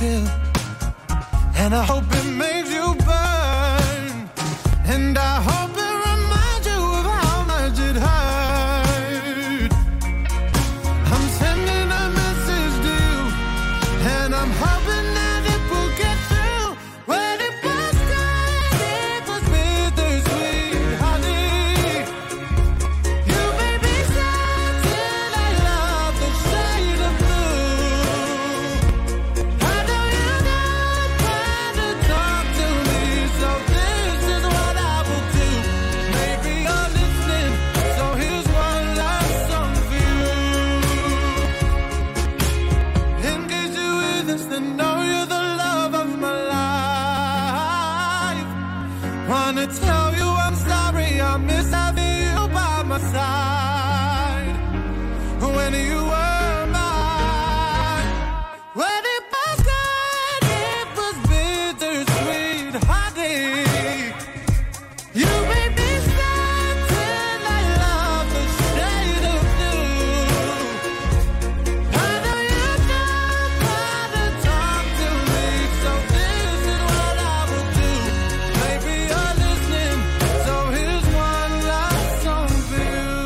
feel, and I hope it makes you burn, and I hope it reminds you of how much it hurt. I'm sending a message to you, and I'm hoping that it will get through. When it was good, it was bittersweet, honey. You made me sad till I love the shade of blue. I know you got time to talk to me, so this is what I will do. Maybe you're listening, so here's one last song for you. In case you're with us, then know you're the love of my life. Wanna tell you I'm sorry, I miss having you by my side when you were mine. When it was good, it was bittersweet, honey. You made me sad till I love the shade of blue. I know you got time to talk to me, so this is what I will do. Maybe you're listening, so here's one last song for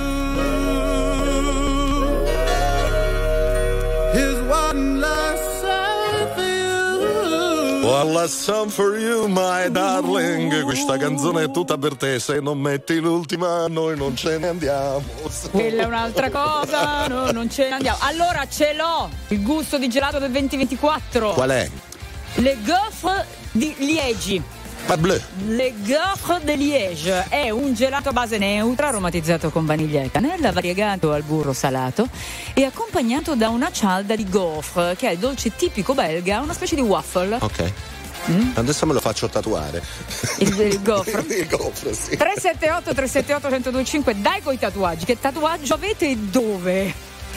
you. Here's one last song for you. One last song for you, my darling. Questa canzone è tutta per te. Se non metti l'ultima, noi non ce ne andiamo. Quella è un'altra cosa, no, non ce ne andiamo. Allora ce l'ho, il gusto di gelato del venti ventiquattro. Qual è? Le gaufres di Liegi. Ma bleu. Le gaufres de Liège è un gelato a base neutra aromatizzato con vaniglia e cannella, variegato al burro salato e accompagnato da una cialda di gaufre, che è il dolce tipico belga, una specie di waffle. Ok. Mm? Adesso me lo faccio tatuare. Il, il gaufre? Il gaufre, sì. tre sette otto tre sette otto uno zero due cinque, dai coi tatuaggi. Che tatuaggio avete e dove?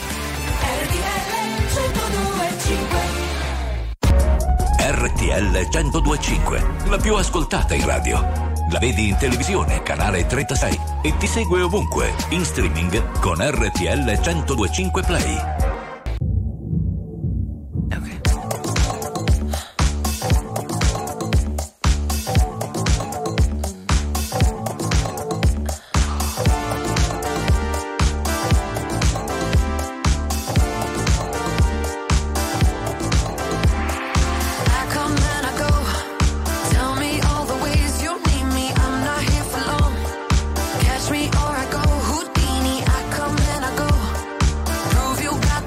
R T L centodue e cinque, la più ascoltata in radio. La vedi in televisione, canale trentasei, e ti segue ovunque, in streaming con R T L centodue e cinque Play. Catch me or I go Houdini. I come and I go. Prove you got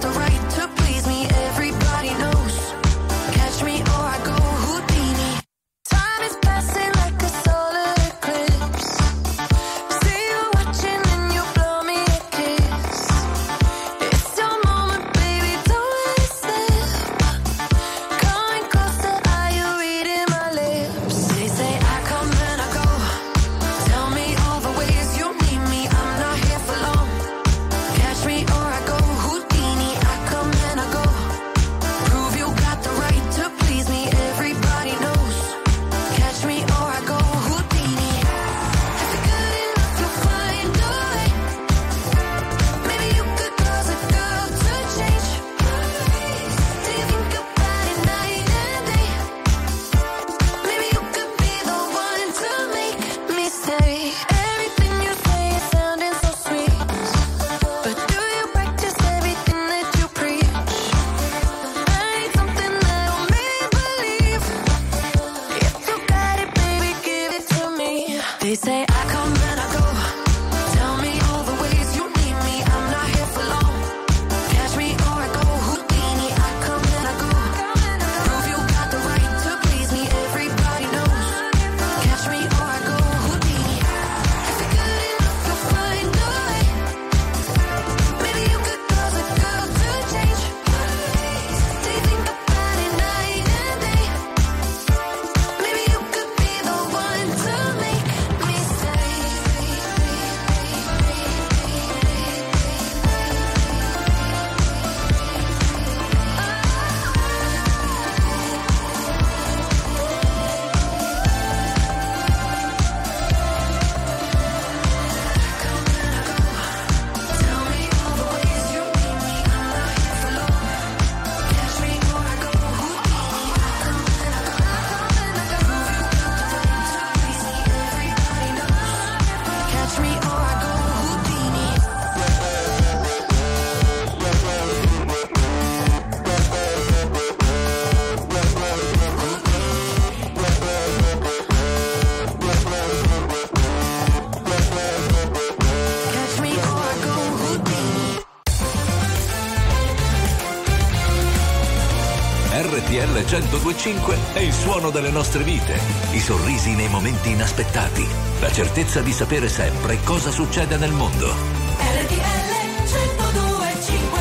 T L centodue e cinque è il suono delle nostre vite, i sorrisi nei momenti inaspettati, la certezza di sapere sempre cosa succede nel mondo. R T L centodue e cinque.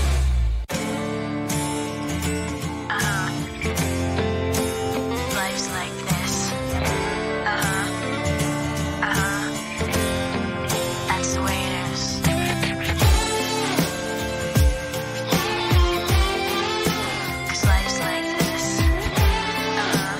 Life's like this. Uh-huh. Uh-huh. That's the way it is. Cause life's like this. Uh-huh.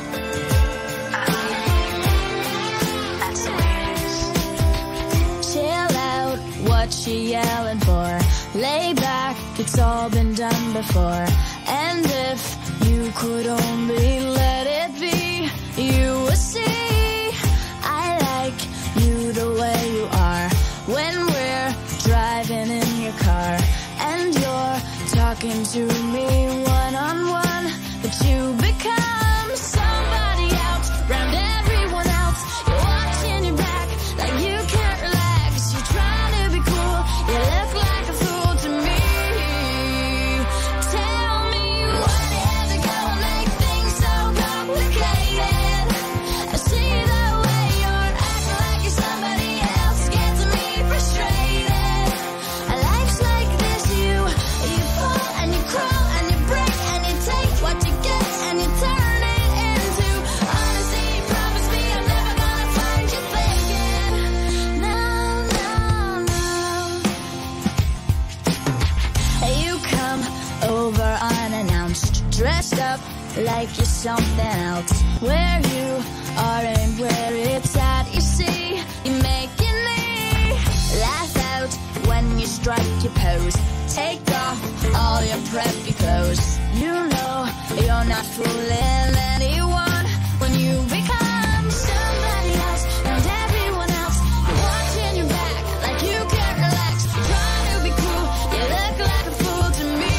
Uh-huh. That's the way it is. Chill out, what you yelling for? Lay back, it's all been done before. And if you could only let it be, you would see I like you the way you are. When we're driving in your car and you're talking to me one on one, but you become somebody else round everyone else. You're watching your back like you can't relax. You're trying to be cool, you look like a fool to me. Tell me what you have to go and make things so complicated. I see the way you're acting like you're somebody else, gets me frustrated. Life's like this, you you fall and you crawl and you break and you take what you get and you turn it into honesty. Promise me I'm never gonna find you faking. No, no, no. You come over unannounced, dressed up like you're something else. Where you are and where it's at, you see, you're making me laugh out when you strike your pose. Take off all your preppy clothes. You know you're not fooling anyone when you become somebody else and everyone else. You're watching your back like you can't relax. You're trying to be cool, you look like a fool to me.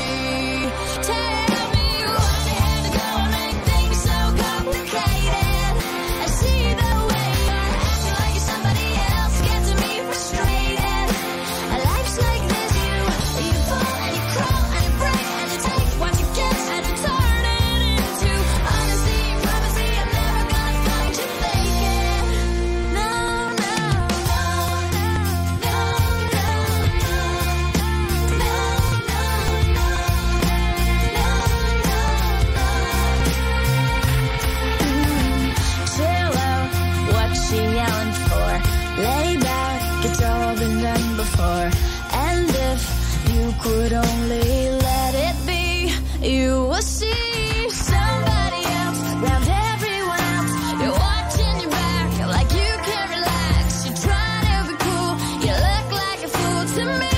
Tell me what you had to go and make things so complicated. I see the way you're acting like you're somebody else, gets me frustrated. Life's like this, you you fall and you crawl and you break and you take what you get and you turn it into honesty. Promise me I'm never gonna find you faking. No, no, no, no, no, no, chill out, what you yelling for? Lay back, it's all been done before. And if you could only let it be, you will see somebody else round everyone else. You're watching your back like you can't relax. You're trying to be cool, you look like a fool to me.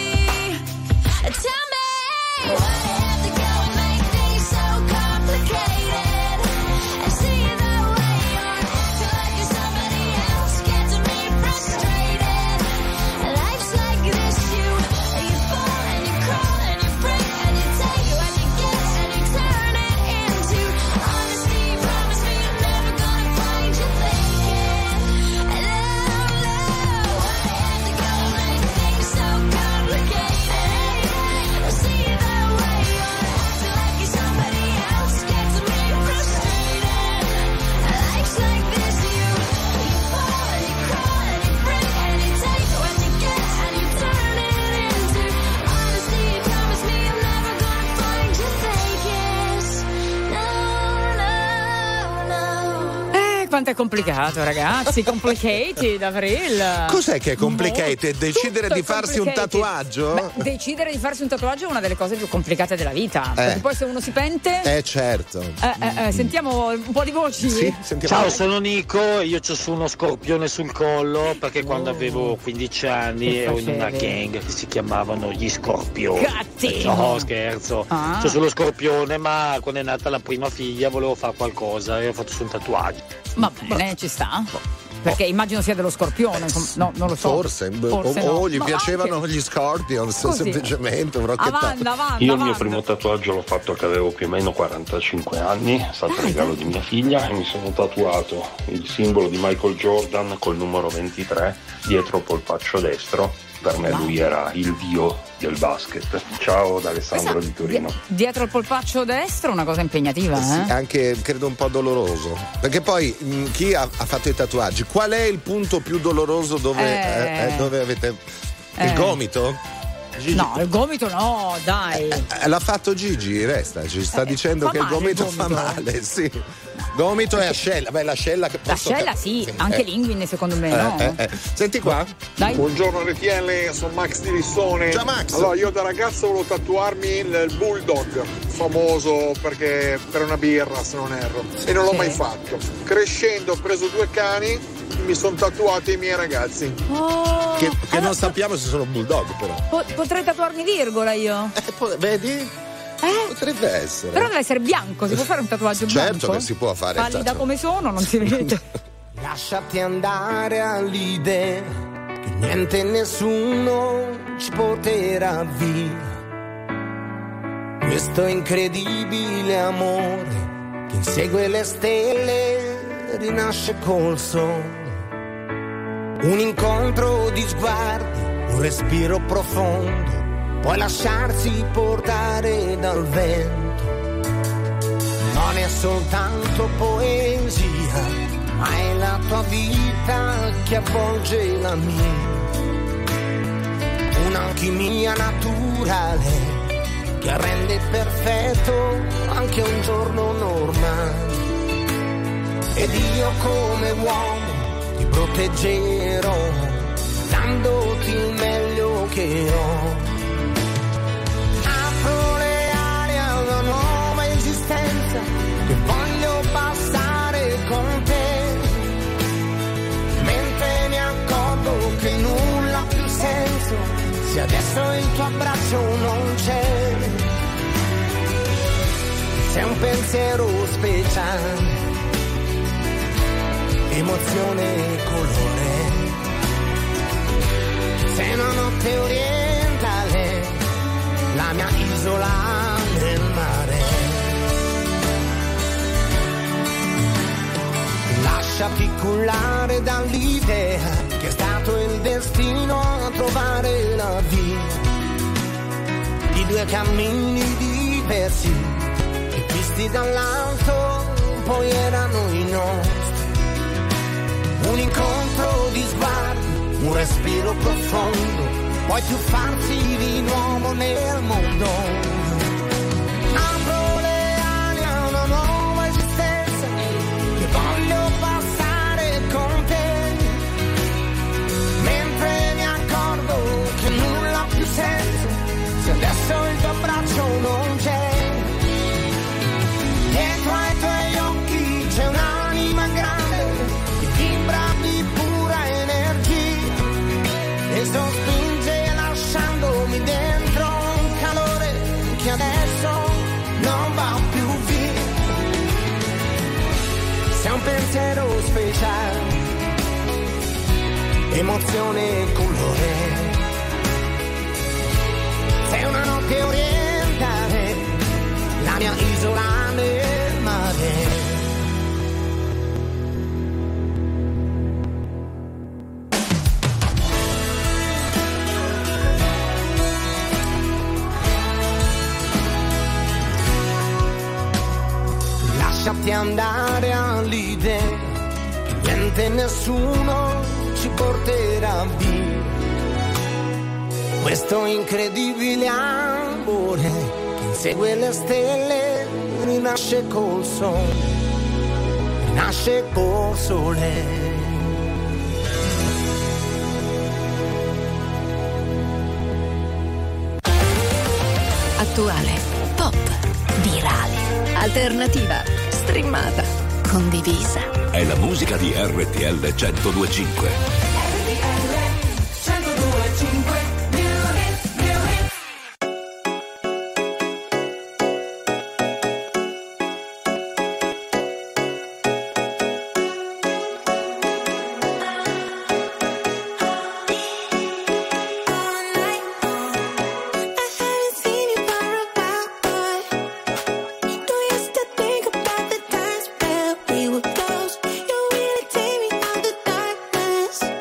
Tell me why you have to go and make things so complicated. I see the way you're acting like you're somebody else, gets me frustrated. Life's like this, you you fall and you crawl and you break and you take what you get and you turn it into honesty. Promise me I'm never gonna find you faking. No, no, why you have to go and make things so complicated? I see the way you're acting like you're somebody else, gets me frustrated. Life's like this, you you fall and you crawl and you break and you take what you get and you turn it into honesty. Promise me I'm never gonna find you faking. No, no, no. Eh, quanto è complicato, ragazzi. Complicated, Avril. Cos'è che è complicated? Decidere Tutto di è farsi un complicated. tatuaggio? Beh, decidere di farsi un tatuaggio è una delle cose più complicate della vita. Perché poi se uno si pente. Eh certo. Eh, eh, eh, sentiamo un po' di voci. Sì, sentiamo. Ciao, sono Nico, io c'ho su uno scorpione sul collo perché quando avevo quindici anni Che ero in una facevi? gang che si chiamavano gli Scorpioni. Cattivo. No, scherzo. Ah. C'ho sullo scorpione, ma quando è nata la prima figlia volevo fare qualcosa e ho fatto su un tatuaggio. Va bene, ci sta. Perché immagino sia dello scorpione. com- No, non lo so. Forse, Forse o, no. o gli Ma piacevano anche- gli Scorpions, Così. semplicemente un rocchettato. Avanda, avanda, Io il mio avanda. primo tatuaggio l'ho fatto che avevo più o meno quarantacinque anni, è stato il regalo di mia figlia e mi sono tatuato il simbolo di Michael Jordan col numero ventitré dietro il polpaccio destro Per me lui era il dio del basket. Ciao da Alessandro di Torino. Dietro il polpaccio destro una cosa impegnativa, eh? Sì, anche credo un po' doloroso. Perché poi mh, chi ha, ha fatto i tatuaggi, qual è il punto più doloroso dove, Eh. eh, dove avete Eh. il gomito? Gigi. No, il gomito no, dai. Eh, l'ha fatto Gigi, resta, ci sta Eh, dicendo fa che il male il gomito, gomito. fa male, sì. Gomito e ascella, beh l'ascella che posso L'ascella cap- sì, sì, anche eh. l'inguine secondo me, Eh, no? eh, eh. Senti qua. Dai. Buongiorno R T L, sono Max di Rissone. Ciao Max. Allora, io da ragazzo volevo tatuarmi il, il Bulldog, famoso perché per una birra, se non erro, e non l'ho Sì. mai fatto. Crescendo ho preso due cani, mi sono tatuati i miei ragazzi. Oh, Che, che non sappiamo se sono bulldog però. po- potrei tatuarmi virgola io. Eh, po- vedi? Eh? Potrebbe essere. Però deve essere bianco, si può fare un tatuaggio Certo bianco? che si può fare il Pallida tatuaggio. come sono, non si vede. Lasciati andare all'idea che niente e nessuno ci porterà via. Questo incredibile amore che insegue le stelle rinasce col sole. Un incontro di sguardi, un respiro profondo, puoi lasciarsi portare dal vento. Non è soltanto poesia, ma è la tua vita che avvolge la mia. Un'alchimia naturale che rende perfetto anche un giorno normale. Ed io come uomo ti proteggerò, dandoti il meglio che ho. Apro le ali a una nuova esistenza che voglio passare con te, mentre mi accorgo che nulla ha più senso se adesso il tuo abbraccio non c'è. Sei un pensiero speciale, emozione e colore. Sei una notte orientale, la mia isola nel mare. Lasciati cullare dall'idea che è stato il destino a trovare la via di due cammini diversi che visti dall'alto poi erano i nostri. Un incontro di sguardi, un respiro profondo, puoi tuffarsi di nuovo nel mondo. Apro le ali a una nuova esistenza che voglio passare con te, mentre mi accorgo che nulla ha più senso se adesso il tuo abbraccio non c'è. Dietro ai tuoi occhi c'è un'anima grande che vibra di pura energia e sospinge lasciandomi dentro un calore che adesso non va più via. Sei un pensiero speciale, emozione e colore. Sei una notte orientale, la mia isola nel mare. Lasciati andare all'idea che niente e nessuno ci porterà via. Questo incredibile amore che insegue le stelle rinasce col sole, rinasce col sole. Attuale, pop, virale, alternativa, streamata, condivisa. È la musica di R T L centodue e cinque. We were close, you really take me out the darkness.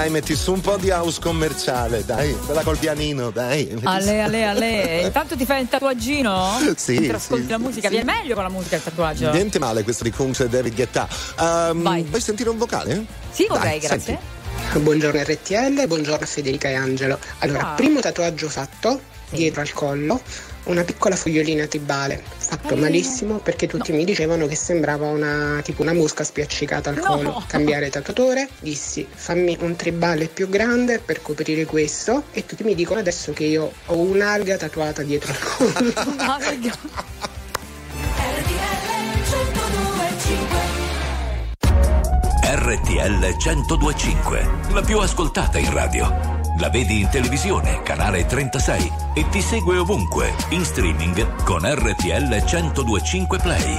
Dai, metti su un po' di house commerciale, dai, quella col pianino, dai. Ale, ale, ale. Intanto ti fai il tatuaggino? Sì, mentre ascolti sì, la musica, sì. viene meglio con la musica il tatuaggio. Niente male questo di Kunz e David Guetta. Um, Vai. Vuoi sentire un vocale? Sì, vorrei, Dai, grazie. senti. Buongiorno R T L, buongiorno Federica e Angelo. Allora, Wow. primo tatuaggio fatto, Sì. dietro al collo, una piccola fogliolina tribale, fatto Carino. malissimo perché tutti mi dicevano che sembrava una tipo una mosca spiaccicata al No. collo. Cambiare tatuatore, dissi fammi un tribale più grande per coprire questo e tutti mi dicono adesso che io ho un'alga tatuata dietro al collo. R T L centodue e cinque, la più ascoltata in radio. La vedi in televisione, canale trentasei e ti segue ovunque, in streaming con R T L centodue e cinque Play.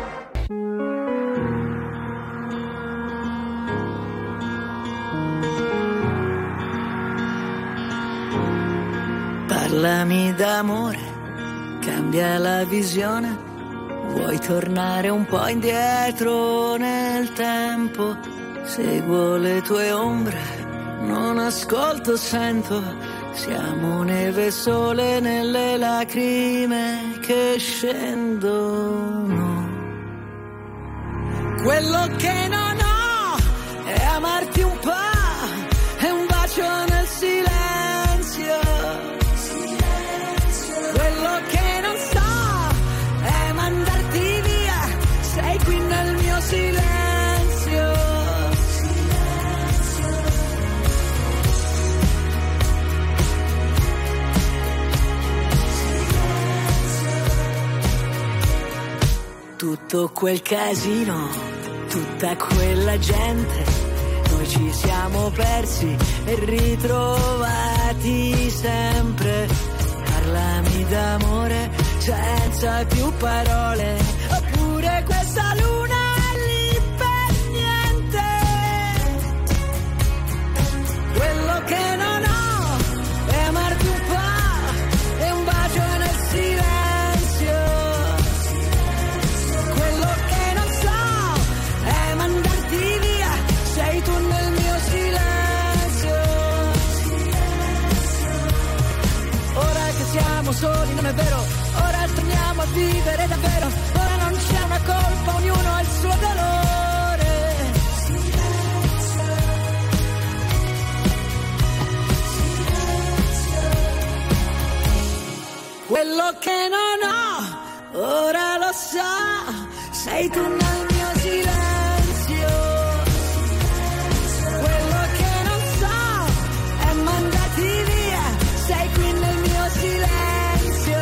Parlami d'amore, cambia la visione. Vuoi tornare un po' indietro nel tempo? Seguo le tue ombre, non ascolto, sento. Siamo neve e sole nelle lacrime che scendono. Quello che non ho è amarti un po', è un bacio nel silenzio. Quello che non so è mandarti via, sei qui nel mio silenzio. Tutto quel casino, tutta quella gente, noi ci siamo persi e ritrovati sempre. Parlami d'amore senza più parole, oppure questa luna è lì per niente. Quello che non ho è amarti un po', è un bacio nel silenzio. Quello che non so è mandarti via, sei tu nel mio silenzio. Ora che siamo soli non è vero, ora torniamo a vivere davvero, ora non c'è una colpa, ognuno ha il suo dolore. Quello che non ho, ora lo so, sei tu nel mio silenzio. Quello che non so è mandarti via, sei qui nel mio silenzio.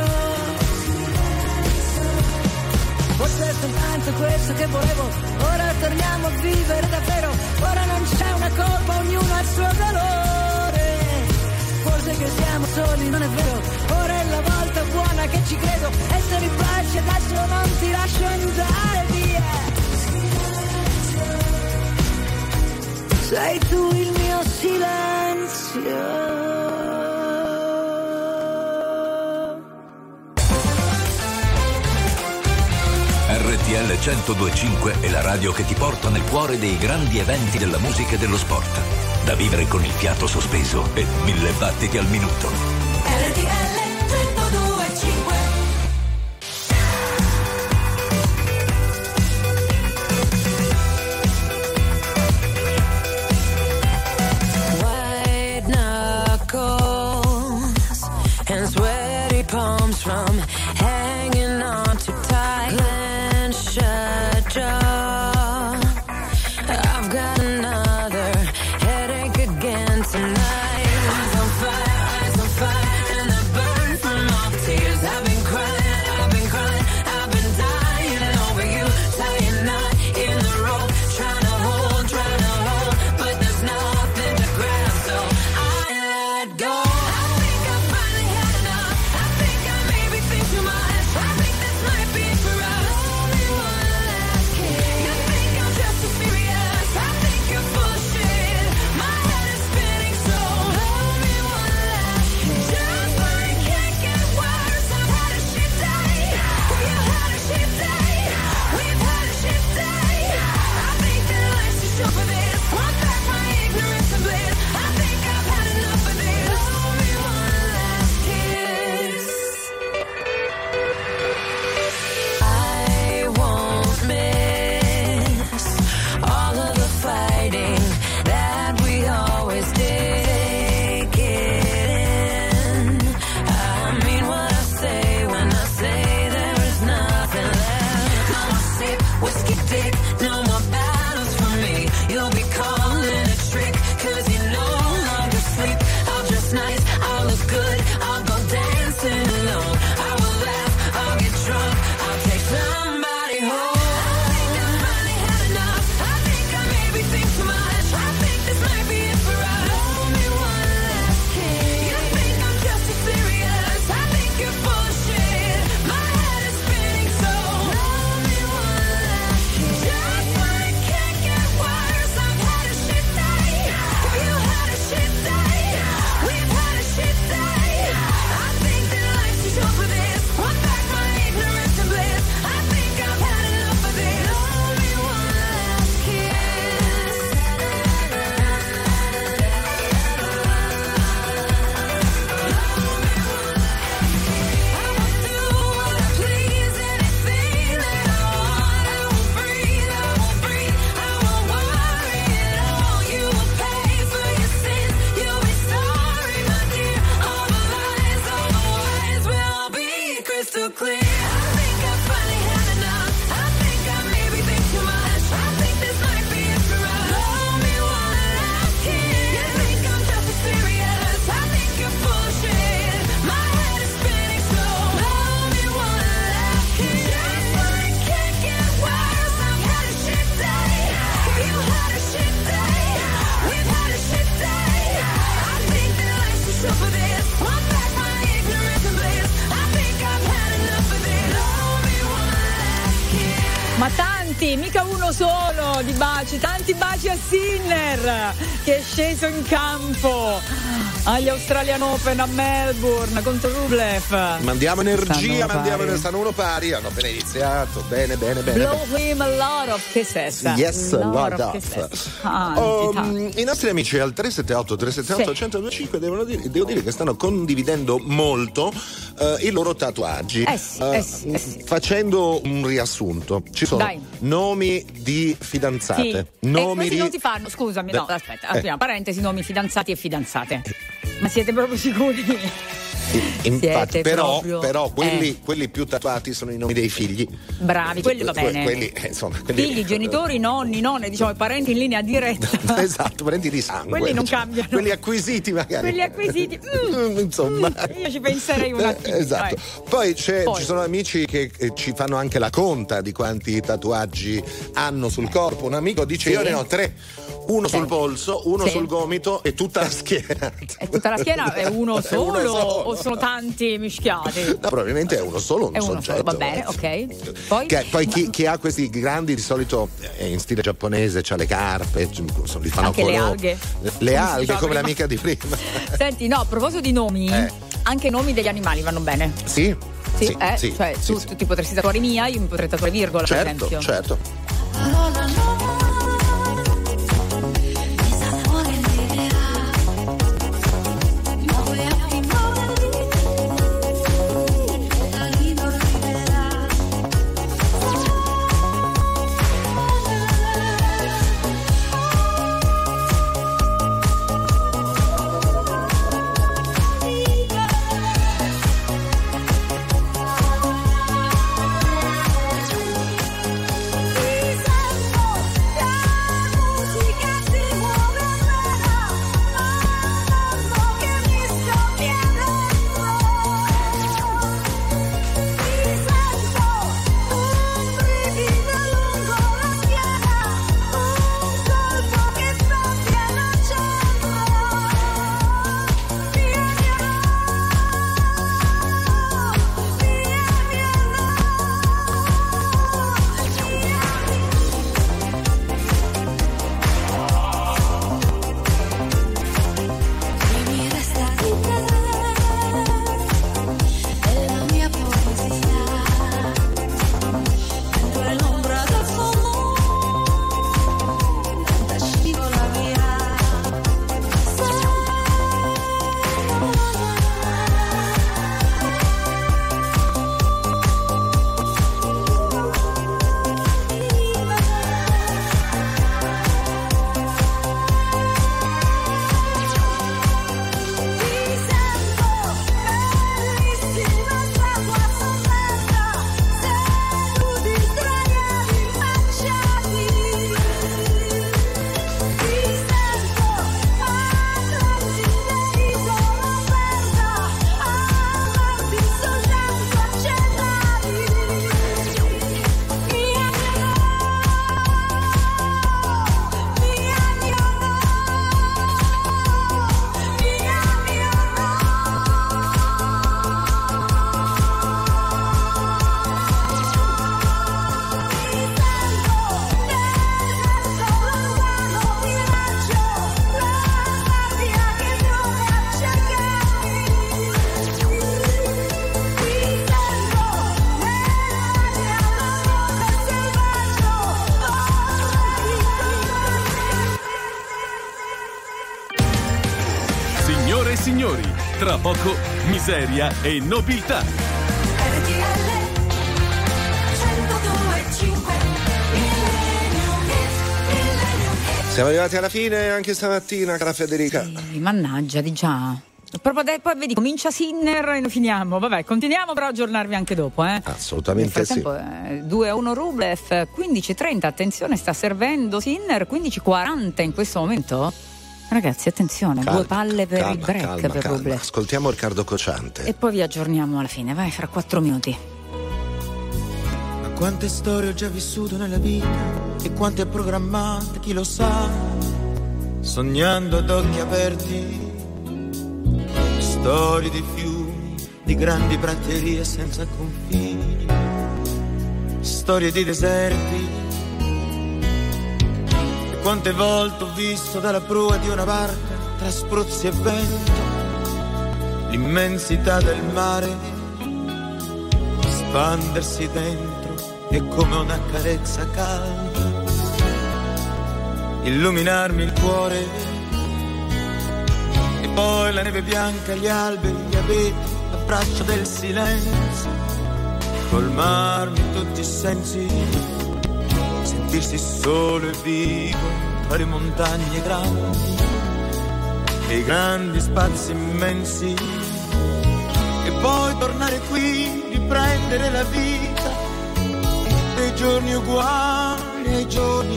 Forse è soltanto questo che volevo, ora torniamo a vivere davvero, ora non c'è una colpa, ognuno ha il suo dolore. Forse che siamo soli, non è vero, ora è la volta buona che ci credo, essere in pace adesso non ti lascio andare via. Sei tu il mio silenzio. R T L centodue e cinque è la radio che ti porta nel cuore dei grandi eventi della musica e dello sport. Da vivere con il fiato sospeso e mille battiti al minuto. R T L centodue e cinque. White knuckles and sweaty palms from hanging on too tight. Clenched shut jaw. I've got another headache again tonight. Eyes on fire, eyes on fire, and the burn from all the tears. I've been crying, I've been crying, I've been dying over you, tying knot in the rope, trying to hold, trying to hold, but there's nothing to grab, so I let go. I think I finally had enough. I think I maybe think too much. I baci, mica uno solo di baci, tanti baci a Sinner che è sceso in campo agli Australian Open a Melbourne contro Rublev. Mandiamo energia, mandiamo pari. stanno uno pari, hanno appena iniziato. Bene, bene, bene. Blow him a lot of kisses. Yes, a lot lot of. of kisses. Ah, Um, I nostri amici al tre sette otto tre sette otto Sì. uno zero due cinque devono dire, devo dire che stanno condividendo molto uh, i loro tatuaggi. Eh sì, Uh, eh sì, eh sì. Facendo un riassunto, ci sono Dai. nomi di fidanzate, Sì. E nomi questi di non ti fanno, scusami, no, Eh. aspetta, Eh. prima parentesi, nomi fidanzati e fidanzate. Ma siete proprio sicuri? Infatti, Siete però, proprio- però quelli, eh. quelli più tatuati sono i nomi dei figli. Bravi, quelli va Que- bene. Quelli, eh, insomma, quelli- Figli, genitori, nonni, nonne, diciamo i parenti in linea diretta. Esatto, parenti di sangue. Quelli non cioè, cambiano. Quelli acquisiti magari. Quelli acquisiti. Mm, Insomma. mm, io ci penserei un Eh, attimo. esatto. vai. Poi, c'è, Poi. ci sono amici che eh, ci fanno anche la conta di quanti tatuaggi hanno sul corpo. Un amico dice: Sì. io ne ho tre. Uno Sì. sul polso, uno Sì. sul gomito e tutta la schiena. E tutta la schiena è uno È solo, uno solo. o sono tanti mischiati? No, probabilmente è uno solo, un È uno soggetto. solo, va bene, ok. Poi? Che- poi chi, chi ha questi grandi di solito è in stile giapponese, c'ha le carpe, c- li fanno Anche le color- alghe. Le Come si alghe, diceva come prima. l'amica di prima. Senti, no, a proposito di nomi, Eh. anche i nomi degli animali vanno bene. Sì? Sì, Sì, eh? sì, cioè sì, tu, sì. tu ti potresti tatuare mia, io mi potrei tatuare virgola, per Certo, esempio. certo. Mi resta di te, è la mia poesia, tu è l'ombra del suo mondo, scivola via. Signore e signori, tra poco miseria e nobiltà. Siamo arrivati alla fine anche stamattina, cara Federica. Sì, mannaggia, di già. Proprio de- poi vedi, comincia Sinner e noi finiamo. Vabbè, continuiamo però a aggiornarvi anche dopo, eh. Assolutamente Nel sì. frattempo, eh, due a uno Rublev, quindici e trenta, attenzione, sta servendo Sinner, quindici e quaranta in questo momento. Ragazzi, attenzione, Calma, due palle per calma, il break calma, per calma. Rublev. Ascoltiamo Riccardo Cociante. E poi vi aggiorniamo alla fine, vai, fra quattro minuti. Ma quante storie ho già vissuto nella vita e quante programmate, chi lo sa, sognando ad occhi aperti, storie di fiumi, di grandi praterie senza confini, storie di deserti quante volte ho visto dalla prua di una barca tra spruzzi e vento l'immensità del mare espandersi dentro e come una carezza calda illuminarmi il cuore e poi la neve bianca, gli alberi, gli abeti, l'abbraccio del silenzio colmarmi tutti i sensi, sentirsi solo e vivo tra le montagne grandi e i grandi spazi immensi e poi tornare qui, riprendere la vita dei giorni uguali ai giorni,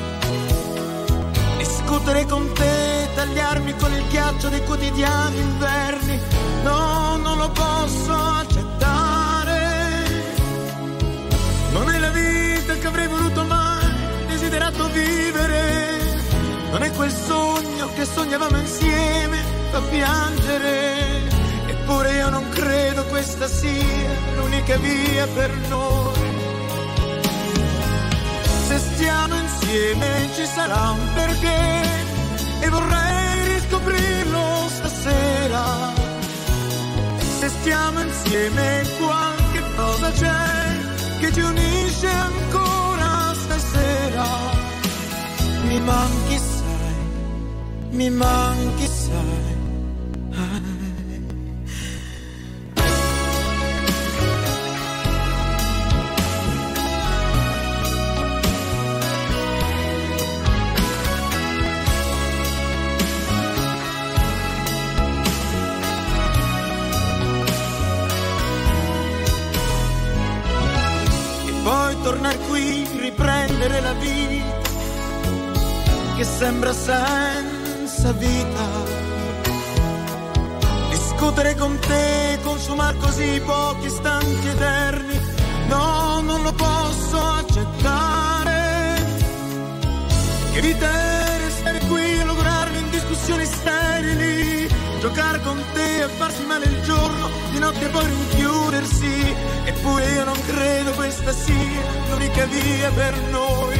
discutere con te, tagliarmi con il ghiaccio dei quotidiani inverni. No, non lo posso accettare, non è la vita che avrei voluto mai desiderato vivere, non è quel sogno che sognavamo insieme, fa piangere, eppure io non credo questa sia l'unica via per noi. Se stiamo insieme ci sarà un perché e vorrei riscoprirlo stasera. Se stiamo insieme qualche cosa c'è che ci unisce ancora stasera. Mi manchi sai, mi manchi sai. Tornare qui, riprendere la vita che sembra senza vita, discutere con te, consumare così pochi istanti eterni. No, non lo posso accettare, che vita è restare qui a lograrlo in discussioni sterili, giocare con te a farsi male il giorno, di notte poi rinchiudersi, eppure io non credo questa sia l'unica via per noi.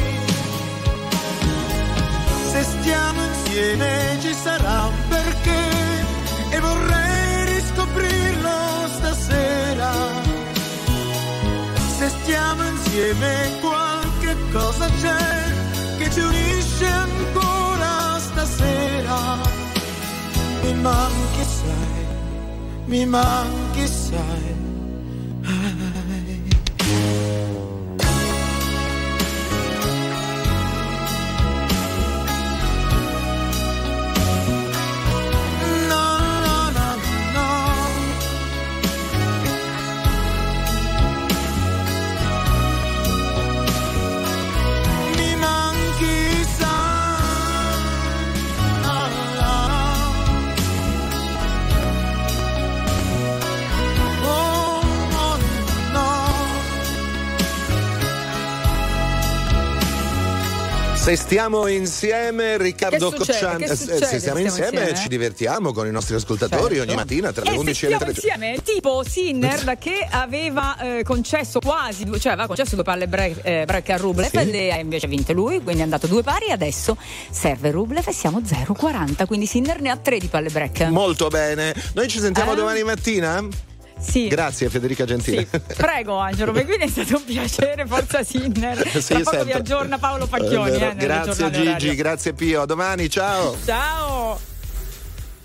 Se stiamo insieme ci sarà un perché e vorrei riscoprirlo stasera. Se stiamo insieme qualche cosa c'è che ci unisce ancora stasera. Mi manchi sai, mi manchi sai. Se stiamo insieme, Riccardo Che succede? Cocciante, Che eh, succede? se stiamo insieme, insieme? ci divertiamo con i nostri ascoltatori Certo. ogni mattina tra le E undici se e le stiamo tredici. insieme, tipo Sinner che aveva eh, concesso quasi due, cioè aveva concesso due palle break, eh, break a Rublev, Sì. le ha invece vinte lui, quindi è andato due pari. Adesso serve Rublev e siamo zero quaranta, quindi Sinner ne ha tre di palle break. Molto bene, noi ci sentiamo Eh? domani mattina? Sì. Grazie Federica Gentile. Sì. Prego Angelo, perché quindi è stato un piacere, forza Sinner. Sì, Tra poco sempre. vi aggiorna Paolo Pacchioni. È vero. eh, nelle Grazie giornate Gigi, orarie. grazie Pio, a domani, ciao. Ciao.